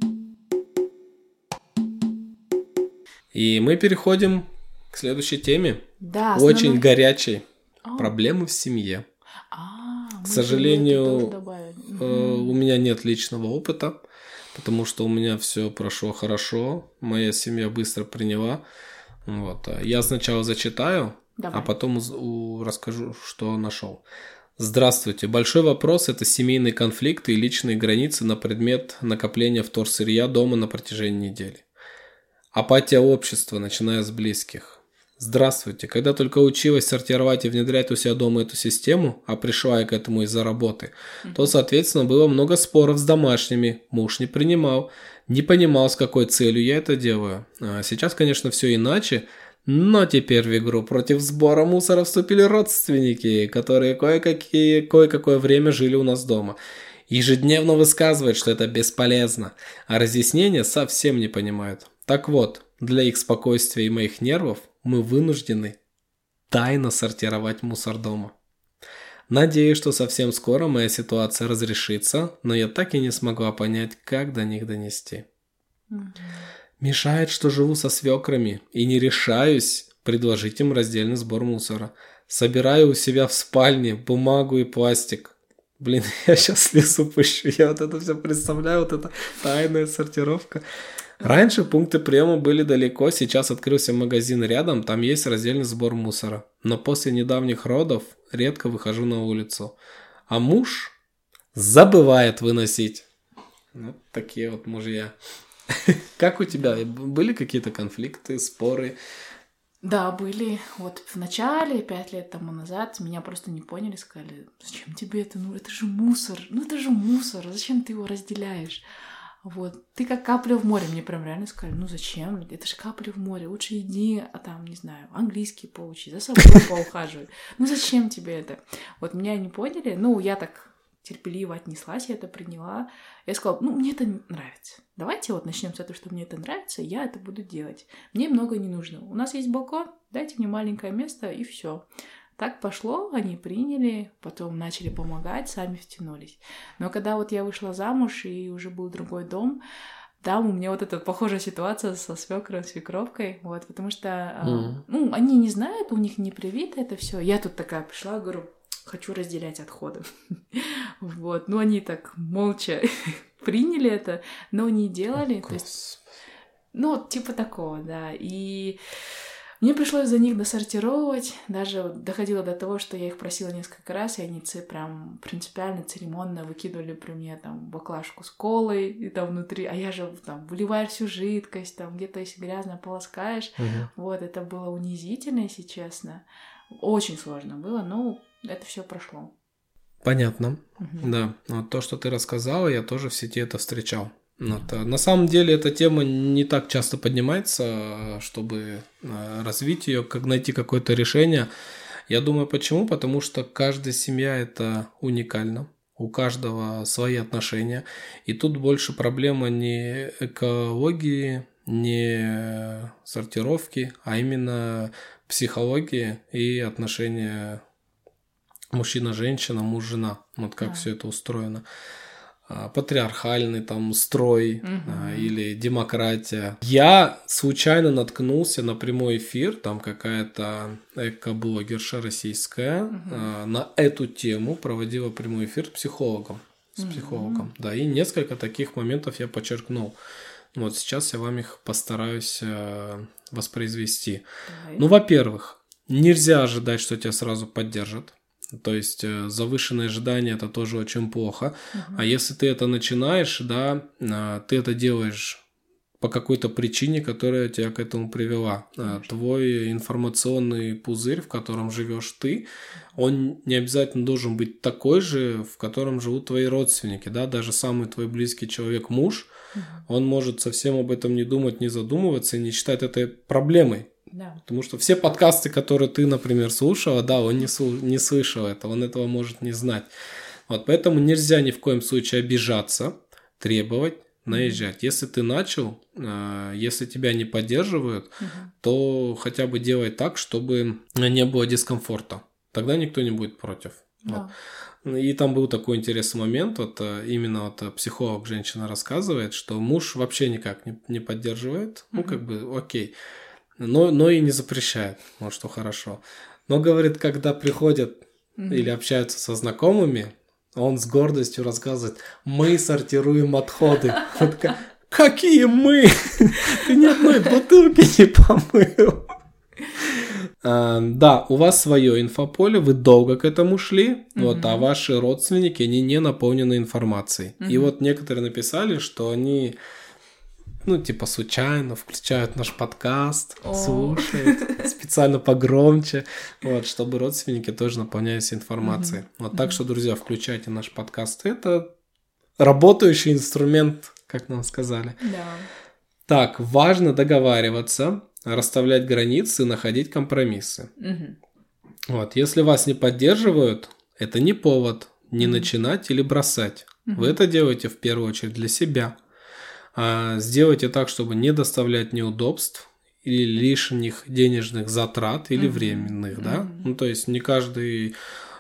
И мы переходим к следующей теме. Да, очень горячей. Проблемы в семье. К сожалению, у меня нет личного опыта, потому что у меня все прошло хорошо. Моя семья быстро приняла. Вот. Я сначала зачитаю, а потом расскажу, что нашел. Здравствуйте. Большой вопрос – это семейные конфликты и личные границы на предмет накопления вторсырья дома на протяжении недели. Апатия общества, начиная с близких. Здравствуйте. Когда только училась сортировать и внедрять у себя дома эту систему, а пришла я к этому из-за работы, то, соответственно, было много споров с домашними. Муж не понимал, с какой целью я это делаю. Сейчас, конечно, все иначе, но теперь в игру против сбора мусора вступили родственники, которые кое-какое время жили у нас дома. Ежедневно высказывают, что это бесполезно, а разъяснения совсем не понимают. Так вот, для их спокойствия и моих нервов мы вынуждены тайно сортировать мусор дома. Надеюсь, что совсем скоро моя ситуация разрешится, но я так и не смогла понять, как до них донести. Мешает, что живу со свекрами и не решаюсь предложить им раздельный сбор мусора. Собираю у себя в спальне бумагу и пластик. Блин, я сейчас слезу пущу, я вот это все представляю, вот эта тайная сортировка. Раньше пункты приема были далеко, сейчас открылся магазин рядом, там есть раздельный сбор мусора. Но после недавних родов редко выхожу на улицу. А муж забывает выносить. Вот такие вот мужья. Как у тебя? Были какие-то конфликты, споры? Да, были. Вот в начале, 5 лет тому назад, меня просто не поняли, сказали, зачем тебе это? Ну это же мусор, зачем ты его разделяешь? Вот, ты как капля в море, мне прям реально сказали, ну зачем, это же капля в море, лучше иди, там, не знаю, английский поучи, за собой поухаживай, ну зачем тебе это? Вот меня не поняли, я так терпеливо отнеслась, я это приняла, я сказала, мне это нравится, давайте вот начнем с этого, что мне это нравится, я это буду делать, мне много не нужно, у нас есть балкон, дайте мне маленькое место и все. Так пошло, они приняли, потом начали помогать, сами втянулись. Но когда вот я вышла замуж и уже был другой дом, там у меня вот эта похожая ситуация со свекровкой, вот, потому что, они не знают, у них не привито это все. Я тут такая пришла, говорю, хочу разделять отходы. Вот, они так молча приняли это, но не делали. То есть, типа такого, да, и... Мне пришлось за них досортировать, даже доходило до того, что я их просила несколько раз, и они прям принципиально, церемонно выкидывали при мне там баклажку с колой и там внутри, а я же там выливаю всю жидкость, там где-то если грязно полоскаешь, вот, это было унизительно, если честно, очень сложно было, но это все прошло. Понятно, да, вот то, что ты рассказала, я тоже в сети это встречал. На самом деле эта тема не так часто поднимается, чтобы развить ее, как найти какое-то решение. Я думаю, почему? Потому что каждая семья это уникально, у каждого свои отношения. И тут больше проблема не экологии, не сортировки, а именно психологии и отношения мужчина-женщина, муж-жена. Вот как все это устроено. Патриархальный там строй или демократия. Я случайно наткнулся на прямой эфир, там какая-то эко-блогерша российская на эту тему проводила прямой эфир с психологом. Да, и несколько таких моментов я подчеркнул. Вот сейчас я вам их постараюсь воспроизвести. Во-первых, нельзя ожидать, что тебя сразу поддержат. То есть завышенные ожидания это тоже очень плохо. А если ты это начинаешь, да, ты это делаешь по какой-то причине, которая тебя к этому привела. Твой информационный пузырь, в котором живешь ты, он не обязательно должен быть такой же, в котором живут твои родственники, да, даже самый твой близкий человек, муж, он может совсем об этом не думать, не задумываться и не считать это проблемой. Да. Потому что все подкасты, которые ты, например, слушала, да, он не слышал этого, он этого может не знать. Вот, поэтому нельзя ни в коем случае обижаться, требовать, наезжать. Если ты начал, если тебя не поддерживают, то хотя бы делай так, чтобы не было дискомфорта. Тогда никто не будет против. Да. Вот. И там был такой интересный момент, вот именно вот психолог женщина рассказывает, что муж вообще никак не поддерживает, ну как бы окей, но и не запрещает, вот что хорошо. Но говорит, когда приходят или общаются со знакомыми, он с гордостью рассказывает: мы сортируем отходы. Вот такая: какие мы? Ты ни одной бутылки не помыл. Да, у вас свое инфополе, вы долго к этому шли, вот, а ваши родственники, они не наполнены информацией. И вот некоторые написали, что они, ну, типа, случайно включают наш подкаст, слушают специально погромче, вот, чтобы родственники тоже наполнялись информацией. Вот, так что, друзья, включайте наш подкаст. Это работающий инструмент, как нам сказали. Да. Так, важно договариваться, расставлять границы, находить компромиссы. Вот, если вас не поддерживают, это не повод не начинать или бросать. Вы это делаете в первую очередь для себя. Сделайте так, чтобы не доставлять неудобств или лишних денежных затрат или временных, да. Ну, то есть не каждый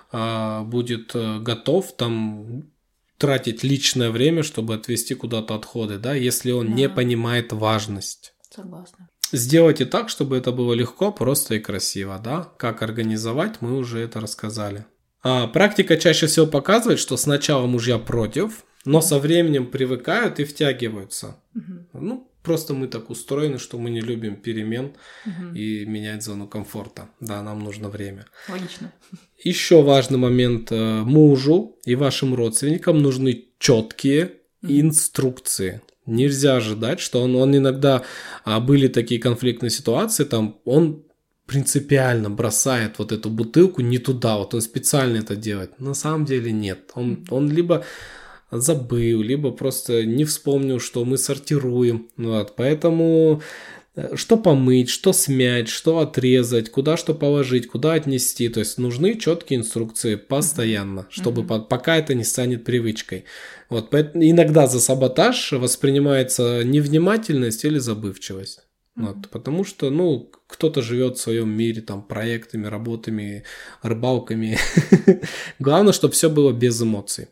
будет готов там тратить личное время, чтобы отвезти куда-то отходы, да, если он не понимает важность. Согласна. Сделайте так, чтобы это было легко, просто и красиво, да. Как организовать, мы уже это рассказали. Практика чаще всего показывает, что сначала мужья против, но со временем привыкают и втягиваются. Ну, просто мы так устроены, что мы не любим перемен и менять зону комфорта. Да, нам нужно время. Логично. Еще важный момент. Мужу и вашим родственникам нужны четкие инструкции. Нельзя ожидать, что он иногда были такие конфликтные ситуации, там он принципиально бросает вот эту бутылку не туда, вот он специально это делает. На самом деле нет. Он либо забыл, либо просто не вспомнил, что мы сортируем. Вот. Поэтому что помыть, что смять, что отрезать, куда что положить, куда отнести. То есть нужны четкие инструкции постоянно, чтобы пока это не станет привычкой. Вот. Иногда за саботаж воспринимается невнимательность или забывчивость. Вот. Потому что, ну, кто-то живет в своем мире, там, проектами, работами, рыбалками. Главное, чтобы все было без эмоций.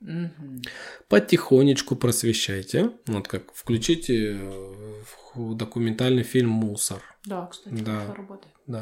Потихонечку просвещайте. Вот как включите документальный фильм «Мусор». Да, кстати, да, работает. Да.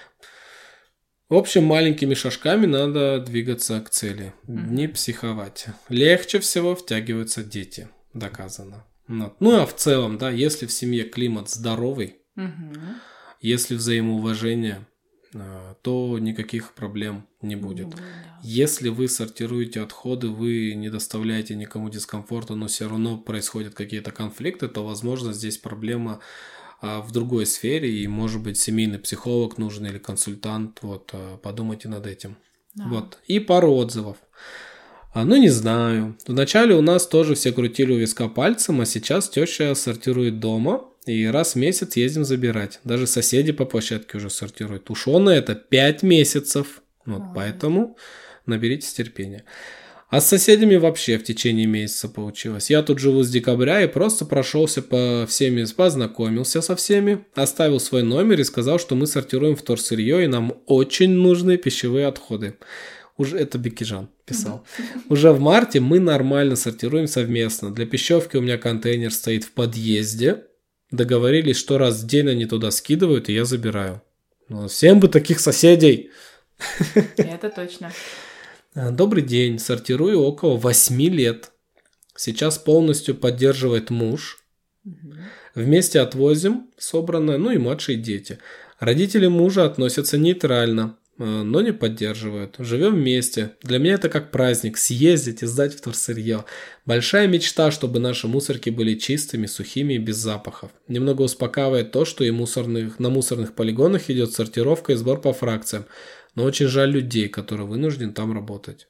В общем, маленькими шажками надо двигаться к цели. Не психовать. Легче всего втягиваются дети. Доказано. Вот. Ну, а в целом, да, если в семье климат здоровый, если взаимоуважение, то никаких проблем не будет. Если вы сортируете отходы, вы не доставляете никому дискомфорта, но все равно происходят какие-то конфликты, то, возможно, здесь проблема в другой сфере, и, может быть, семейный психолог нужен или консультант. Вот, подумайте над этим. Да. Вот. И пару отзывов. Ну, не знаю. Вначале у нас тоже все крутили у виска пальцем, а сейчас теща сортирует дома, и раз в месяц ездим забирать. Даже соседи по площадке уже сортируют. Ушло на это 5 месяцев. Вот, поэтому наберитесь терпения. А с соседями вообще в течение месяца получилось. Я тут живу с декабря и просто прошелся по всеми, познакомился со всеми, оставил свой номер и сказал, что мы сортируем вторсырье, и нам очень нужны пищевые отходы. Уже это Бекижан писал. Уже в марте мы нормально сортируем совместно. Для пищевки у меня контейнер стоит в подъезде. Договорились, что раз в день они туда скидывают, и я забираю. Ну, всем бы таких соседей. Это точно. Добрый день. Сортирую около 8 лет. Сейчас полностью поддерживает муж. Вместе отвозим собранное, ну и младшие дети. Родители мужа относятся нейтрально, но не поддерживают. Живем вместе. Для меня это как праздник. Съездить и сдать вторсырье. Большая мечта, чтобы наши мусорки были чистыми, сухими и без запахов. Немного успокаивает то, что и на мусорных полигонах идет сортировка и сбор по фракциям. Но очень жаль людей, которые вынуждены там работать.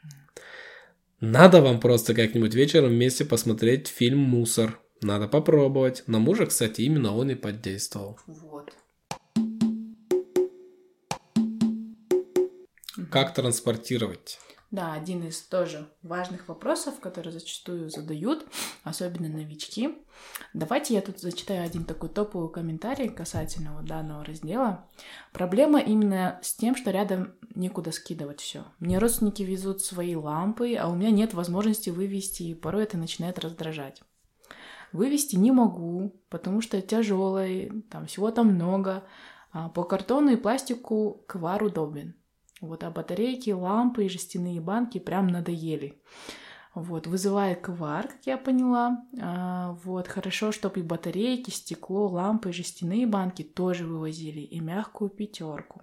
Надо вам просто как-нибудь вечером вместе посмотреть фильм «Мусор». Надо попробовать. На мужа, кстати, именно он и подействовал. Вот. Как транспортировать? Да, один из тоже важных вопросов, которые зачастую задают, особенно новички. Давайте я тут зачитаю один такой топовый комментарий касательно вот данного раздела. Проблема именно с тем, что рядом некуда скидывать все. Мне родственники везут свои лампы, а у меня нет возможности вывести, и порой это начинает раздражать. Вывести не могу, потому что тяжелый, там всего там много. По картону и пластику квар удобен. Вот, а батарейки, лампы и жестяные банки прям надоели. Вот, вызывает квар, как я поняла. Вот, хорошо, чтобы и батарейки, стекло, лампы, жестяные банки тоже вывозили, и мягкую 5.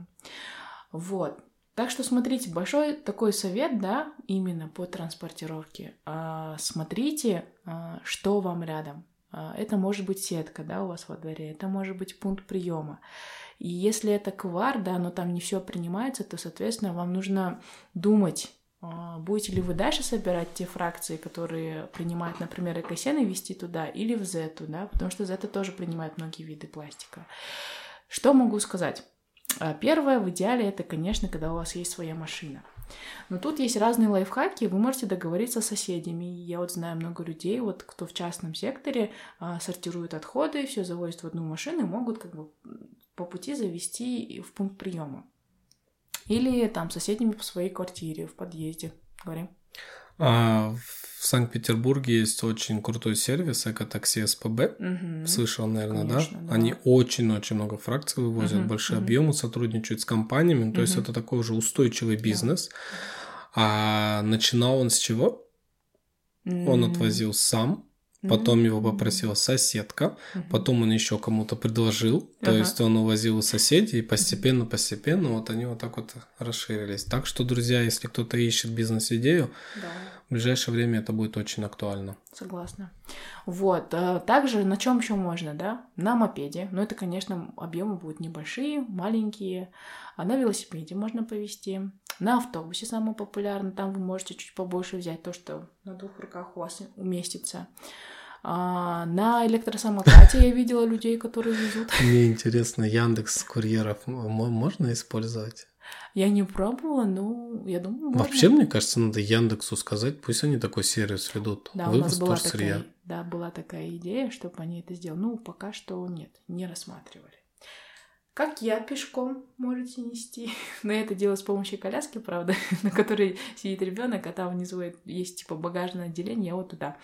Вот. Так что смотрите, большой такой совет, да, именно по транспортировке. Смотрите, что вам рядом. Это может быть сетка, да, у вас во дворе, это может быть пункт приема. И если это квар, да, но там не все принимается, то, соответственно, вам нужно думать, будете ли вы дальше собирать те фракции, которые принимают, например, экосен, и везти туда, или в зету, да, потому что зета тоже принимает многие виды пластика. Что могу сказать? Первое, в идеале, это, конечно, когда у вас есть своя машина. Но тут есть разные лайфхаки, вы можете договориться с соседями. Я вот знаю много людей, вот кто в частном секторе сортирует отходы, все завозят в одну машину и могут как бы по пути завести в пункт приема. Или там с соседями по своей квартире, в подъезде. Говорим. В Санкт-Петербурге есть очень крутой сервис Экотакси СПБ. Слышал, наверное, конечно, да? Они очень-очень много фракций вывозят, большие объемы, сотрудничают с компаниями. То есть это такой уже устойчивый бизнес. А начинал он с чего? Он отвозил сам. Потом его попросила соседка, потом он еще кому-то предложил, то есть он увозил у соседей, и постепенно вот они вот так вот расширились. Так что, друзья, если кто-то ищет бизнес-идею, в ближайшее время это будет очень актуально. Согласна. Вот. Также на чем еще можно, да? На мопеде. Но это, конечно, объемы будут небольшие, маленькие. А на велосипеде можно повезти. На автобусе самое популярное. Там вы можете чуть побольше взять то, что на 2 руках у вас уместится. На электросамокате я видела людей, которые везут. Мне интересно, Яндекс курьеров можно использовать? Я не пробовала, но я думаю, можно. Вообще, мне кажется, надо Яндексу сказать, пусть они такой сервис ведут. Да, вывоз у нас вторсырья. была такая идея, чтобы они это сделали. Ну, пока что нет, не рассматривали. Как я пешком можете нести? Но я это делаю с помощью коляски, правда, на которой сидит ребенок, а там внизу есть типа багажное отделение, я вот туда.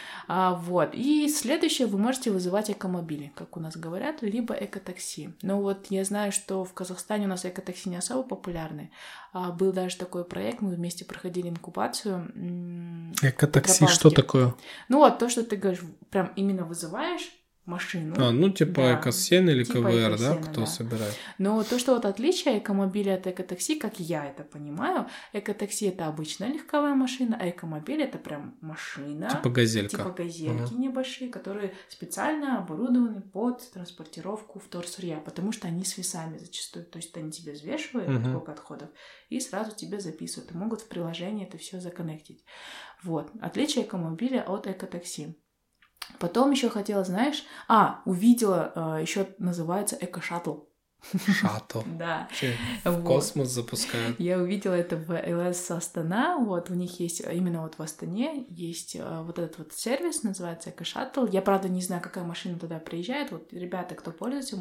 Вот. И следующее, вы можете вызывать экомобили, как у нас говорят, либо экотакси. Но вот я знаю, что в Казахстане у нас экотакси не особо популярны. Был даже такой проект, мы вместе проходили инкубацию. Экотакси что такое? Ну вот, то, что ты говоришь, прям именно вызываешь машину. Ну типа да. Экосен или типа КВР, экосена, да, кто собирает. Но то, что вот отличие экомобиля от экотакси, как я это понимаю, экотакси это обычная легковая машина, а экомобиль это прям машина. Типа газелька. Типа газельки небольшие, которые специально оборудованы под транспортировку вторсырья, потому что они с весами зачастую. То есть они тебе взвешивают, сколько отходов, и сразу тебе записывают. И могут в приложении это все законнектить. Вот. Отличие экомобиля от экотакси. Потом еще хотела, знаешь... увидела, еще называется эко-шаттл. Шаттл. Да. В космос запускают. Я увидела это в ЛС Астана. Вот у них есть, именно вот в Астане, есть вот этот вот сервис, называется эко-шаттл. Я, правда, не знаю, какая машина туда приезжает. Вот, ребята, кто пользуется,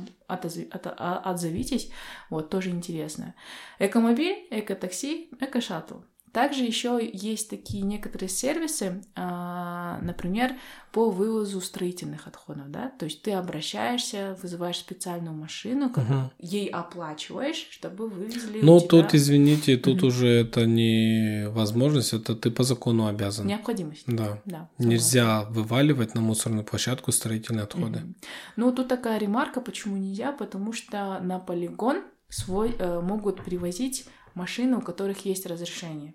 отзовитесь. Вот, тоже интересно. Экомобиль, эко-такси, эко-шаттл. Также еще есть такие некоторые сервисы, например, по вывозу строительных отходов, да, то есть ты обращаешься, вызываешь специальную машину, ей оплачиваешь, чтобы вывезли. Ну, тут, извините, тут уже это не возможность, это ты по закону обязан. Необходимость. Да. Нельзя вываливать на мусорную площадку строительные отходы. Ну, тут такая ремарка, почему нельзя, потому что на полигон могут привозить машины, у которых есть разрешение.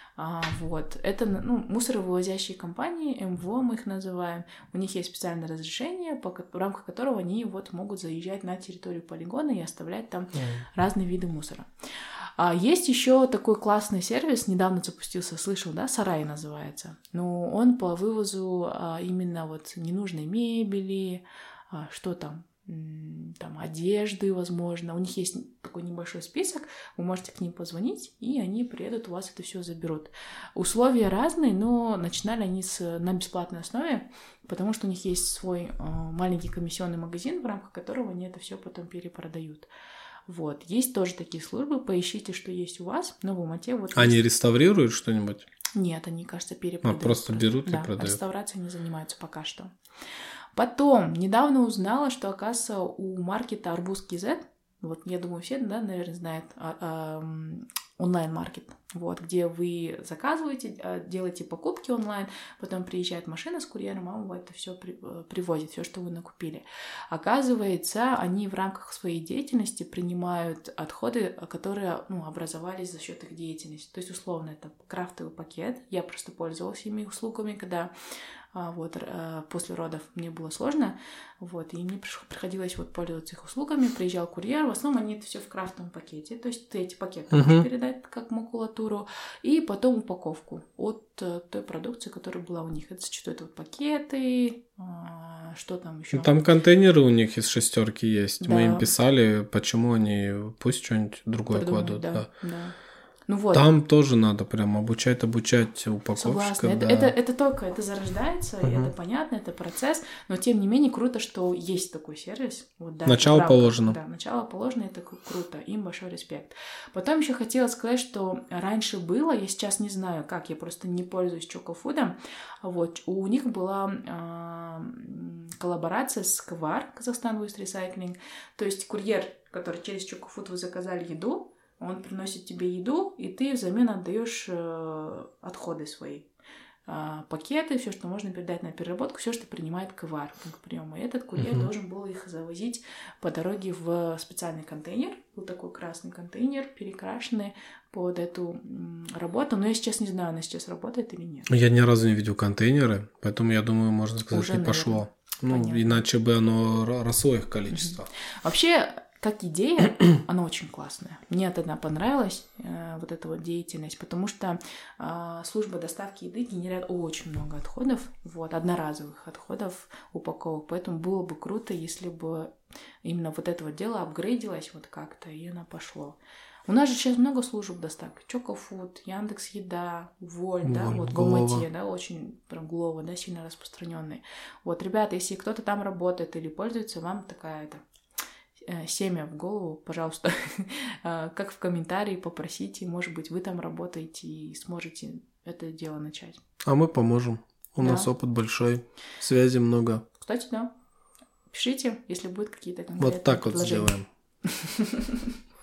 Вот. Это мусоровывозящие компании, МВО мы их называем. У них есть специальное разрешение, в рамках которого они вот могут заезжать на территорию полигона и оставлять там разные виды мусора. Есть еще такой классный сервис, недавно запустился, слышал, да, Сарай называется. Он по вывозу именно вот ненужной мебели, что там, там одежды, возможно. У них есть такой небольшой список, вы можете к ним позвонить, и они приедут, у вас это все заберут. Условия разные, но начинали они на бесплатной основе, потому что у них есть свой маленький комиссионный магазин, в рамках которого они это все потом перепродают. Вот. Есть тоже такие службы, поищите, что есть у вас, но в Алмате вот... Они есть... реставрируют что-нибудь? Нет, они, кажется, перепродают. Просто берут и да, продают. Реставрацией не занимаются пока что. Потом, недавно узнала, что, оказывается, у маркета Арбуз КЗ, вот, я думаю, все, да, наверное, знают, онлайн-маркет, вот, где вы заказываете, делаете покупки онлайн, потом приезжает машина с курьером, а вам это все привозит, все, что вы накупили. Оказывается, они в рамках своей деятельности принимают отходы, которые, образовались за счет их деятельности. То есть, условно, это крафтовый пакет. Я просто пользовалась ими услугами, когда после родов мне было сложно, вот, и мне приходилось пользоваться их услугами. Приезжал курьер, в основном они это все в крафтовом пакете, то есть ты эти пакеты можешь передать как макулатуру, и потом упаковку от той продукции, которая была у них. Это зачастую пакеты, что там еще? Там контейнеры у них из 6 есть. Да. Мы им писали, почему они пусть что-нибудь другое кладут. Да. Вот. Там тоже надо прям обучать упаковщиков. Согласна. Да. Это только, это зарождается, и это понятно, это процесс, но тем не менее круто, что есть такой сервис. Вот, да, начало положено. Да, начало положено, это круто, им большой респект. Потом еще хотела сказать, что раньше было, я сейчас не знаю как, я просто не пользуюсь Чокофудом, вот, у них была коллаборация с КВАР, Казахстан Waste Recycling, то есть курьер, который через Чокофуд вы заказали еду, он приносит тебе еду, и ты взамен отдаешь отходы свои. Пакеты, все, что можно передать на переработку, все, что принимает КВАР, пункт приема. И этот курьер должен был их завозить по дороге в специальный контейнер. Был такой красный контейнер, перекрашенный под эту работу. Но я сейчас не знаю, она сейчас работает или нет. Я ни разу не видел контейнеры, поэтому я думаю, можно сказать, уже, не пошло. Понятно. Иначе бы оно росло их количество. Вообще, как идея, она очень классная. Мне она понравилась, вот эта вот деятельность, потому что служба доставки еды генерирует очень много отходов, вот, одноразовых отходов, упаковок. Поэтому было бы круто, если бы именно вот это вот дело апгрейдилось вот как-то, и оно пошло. У нас же сейчас много служб доставки. Чокофуд, Яндекс.Еда, Вольт, да, вот в Алмате, да, очень прям Глова, да, сильно распространенный. Вот, ребята, если кто-то там работает или пользуется, вам такая семя в голову, пожалуйста, как в комментарии попросите, может быть, вы там работаете и сможете это дело начать. А мы поможем. У нас опыт большой, связи много. Кстати, да. Пишите, если будут какие-то конкретные вот так предложения. вот сделаем.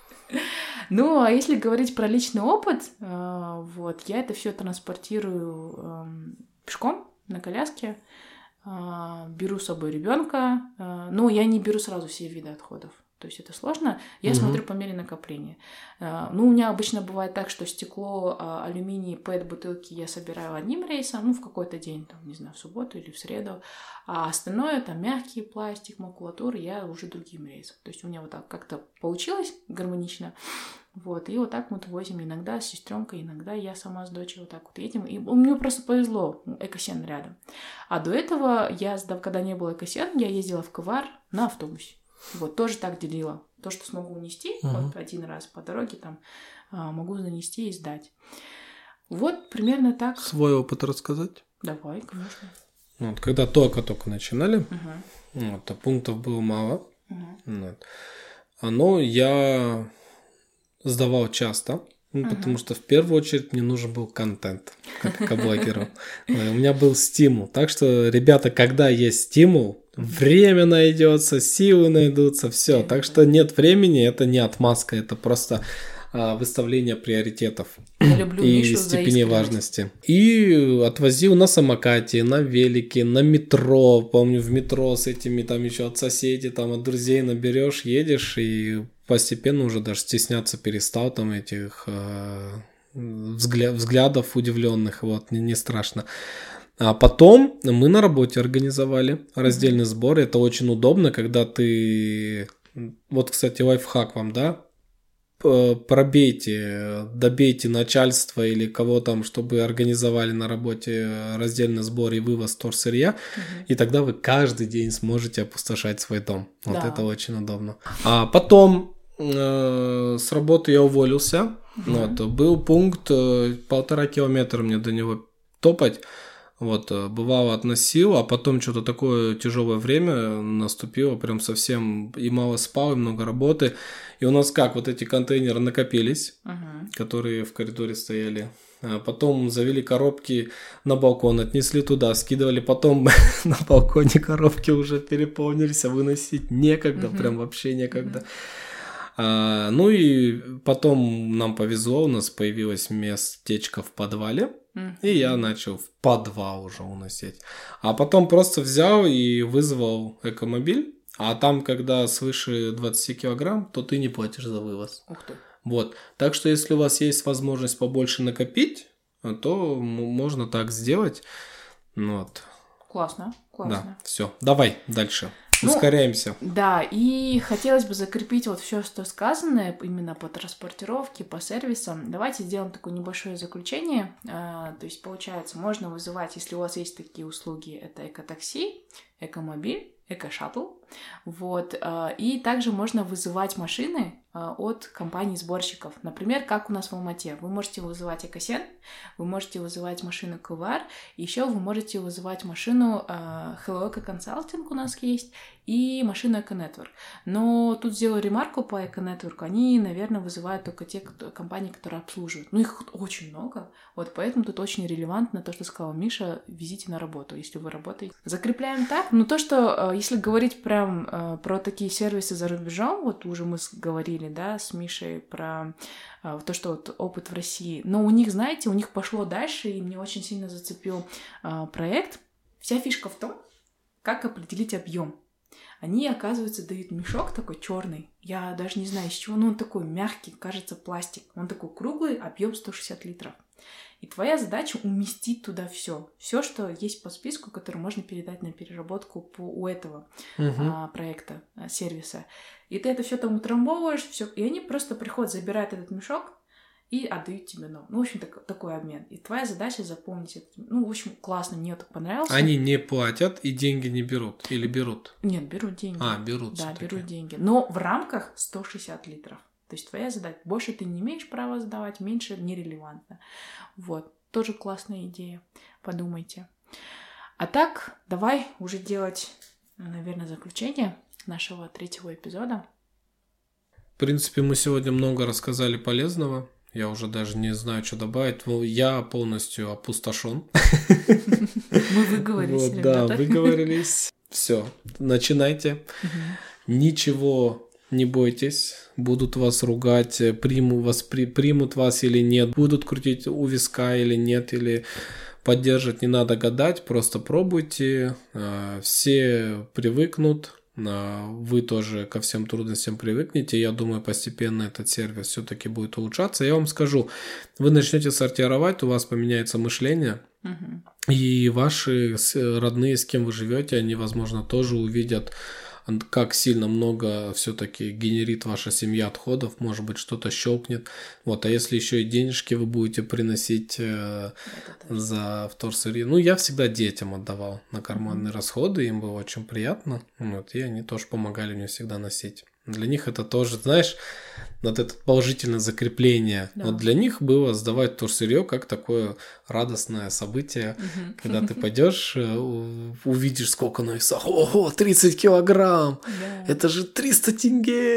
Ну, а если говорить про личный опыт, вот, я это все транспортирую пешком на коляске, беру с собой ребенка, но я не беру сразу все виды отходов. То есть это сложно. Я смотрю по мере накопления. Ну, у меня обычно бывает так, что стекло, алюминий, ПЭТ, бутылки я собираю одним рейсом, в какой-то день, там, не знаю, в субботу или в среду, а остальное, там, мягкий пластик, макулатура, я уже другим рейсом. То есть у меня вот так как-то получилось гармонично. Вот, и вот так вот возим иногда с сестренкой, иногда я сама с дочерью вот так вот едем. И мне просто повезло, Экосен рядом. А до этого когда не было Экосен, я ездила в КВАР на автобусе. Вот, тоже так делила. То, что смогу унести, вот один раз по дороге там могу занести и сдать. Вот, примерно так. Свой опыт рассказать? Давай, конечно. Вот, когда только начинали, вот, а пунктов было мало. Вот. Но я сдавал часто, потому что в первую очередь мне нужен был контент, как блогеру. У меня был стимул. Так что, ребята, когда есть стимул, время найдется, силы найдутся, все. Так что нет времени, это не отмазка, это просто выставление приоритетов и степени важности. И отвозил на самокате, на велике, на метро. Помню, в метро с этими там еще от соседей, там от друзей наберешь, едешь, и постепенно уже даже стесняться перестал там этих взглядов удивленных, вот, не страшно. А потом мы на работе организовали раздельный сбор. Это очень удобно, когда ты... Вот, кстати, лайфхак вам, да? пробейте, добейте начальство или кого там, чтобы организовали на работе раздельный сбор и вывоз вторсырья, и тогда вы каждый день сможете опустошать свой дом. Вот это очень удобно. А потом с работы я уволился. Вот, был пункт 1,5 километра мне до него топать. Вот, бывало относил, а потом что-то такое тяжелое время наступило, прям совсем и мало спал, и много работы. И у нас как, вот эти контейнеры накопились, которые в коридоре стояли. А потом завели коробки на балкон, отнесли туда, скидывали. Потом на балконе коробки уже переполнились, а выносить некогда, прям вообще некогда. Ну и потом нам повезло, у нас появилось местечко в подвале. И я начал в подвал уже уносить. А потом просто взял и вызвал экомобиль. А там, когда свыше 20 килограмм, то ты не платишь за вывоз. Ух ты. Вот. Так что, если у вас есть возможность побольше накопить, то можно так сделать. Вот. Классно. Да, все. Давай дальше. Ускоряемся. Да, и хотелось бы закрепить вот все, что сказано, именно по транспортировке, по сервисам. Давайте сделаем такое небольшое заключение. То есть, получается, можно вызывать, если у вас есть такие услуги, это эко-такси, эко-мобиль, эко-шаттл. Вот. И также можно вызывать машины от компаний-сборщиков. Например, как у нас в Алмате. Вы можете вызывать Экосен, вы можете вызывать машину КВР, еще вы можете вызывать машину Hello Eco Consulting у нас есть, и машину Eco-Network. Но тут сделаю ремарку по Eco-Network. Они, наверное, вызывают только те компании, которые обслуживают. Ну, их очень много. Вот поэтому тут очень релевантно то, что сказала Миша, везите на работу, если вы работаете. Закрепляем так. Но то, что если говорить прям про такие сервисы за рубежом, вот уже мы говорили, да, с Мишей про то, что вот опыт в России. Но у них, знаете, у них пошло дальше, и мне очень сильно зацепил проект. Вся фишка в том, как определить объем. Они, оказывается, дают мешок такой черный. Я даже не знаю, из чего, но он такой мягкий, кажется, пластик. Он такой круглый, объем 160 литров. И твоя задача уместить туда все, что есть по списку, который можно передать на переработку у этого проекта, сервиса. И ты это все там утрамбовываешь, все, и они просто приходят, забирают этот мешок и отдают тебе новый. Ну, в общем, такой обмен. И твоя задача заполнить это. Ну, в общем, классно, мне так понравилось. Они не платят и деньги не берут? Или берут? Нет, берут деньги. Берут. Да, берут деньги. Но в рамках 160 литров. То есть твоя задача. Больше ты не имеешь права сдавать, меньше нерелевантно. Вот. Тоже классная идея. Подумайте. А так, давай уже делать, наверное, заключение нашего 3-го эпизода. В принципе, мы сегодня много рассказали полезного. Я уже даже не знаю, что добавить. Я полностью опустошен. Мы выговорились, ребята. Да, выговорились. Все, начинайте. Ничего не бойтесь. Будут вас ругать, примут вас или нет. Будут крутить у виска или нет, или поддержат. Не надо гадать, просто пробуйте. Все привыкнут. Вы тоже ко всем трудностям привыкнете. Я думаю, постепенно этот сервис все-таки будет улучшаться. Я вам скажу, вы начнете сортировать, у вас поменяется мышление, и ваши родные, с кем вы живете, они, возможно, тоже увидят, как сильно много все-таки генерит ваша семья отходов, может быть, что-то щелкнет. Вот, а если еще и денежки вы будете приносить за вторсырье. Ну, я всегда детям отдавал на карманные расходы, им было очень приятно. Вот, и они тоже помогали мне всегда носить. Для них это тоже, знаешь, вот это положительное закрепление. Да. Вот для них было сдавать вторсырье как такое радостное событие, когда ты пойдешь, увидишь, сколько на весах. Ого, 30 килограмм! Да. Это же 300 тенге!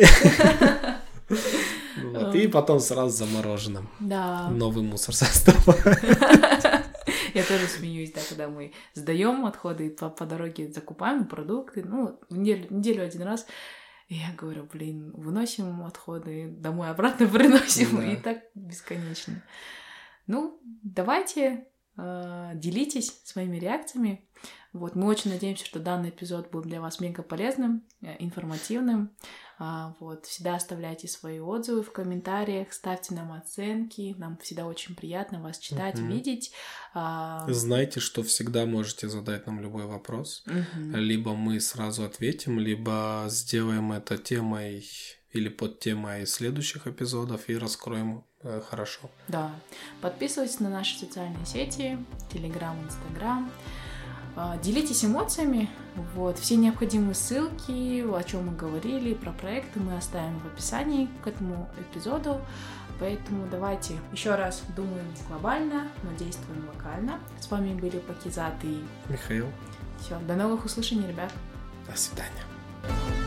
И потом сразу замороженным. Да. Новый мусор составляет. Я тоже смеюсь, да, когда мы сдаем отходы и по дороге закупаем продукты. Ну, в неделю один раз. И я говорю, выносим отходы, домой обратно приносим, и так бесконечно. Ну, давайте, делитесь своими реакциями. Вот, мы очень надеемся, что данный эпизод был для вас мега полезным, информативным. Вот, всегда оставляйте свои отзывы в комментариях, ставьте нам оценки, нам всегда очень приятно вас читать, видеть. Знайте, что всегда можете задать нам любой вопрос, либо мы сразу ответим, либо сделаем это темой или под темой следующих эпизодов и раскроем хорошо. Да. Подписывайтесь на наши социальные сети, Telegram, Instagram. Делитесь эмоциями. Вот. Все необходимые ссылки, о чем мы говорили, про проекты мы оставим в описании к этому эпизоду. Поэтому давайте еще раз думаем глобально, но действуем локально. С вами были Пакизат и Михаил. Все, до новых услышаний, ребят. До свидания.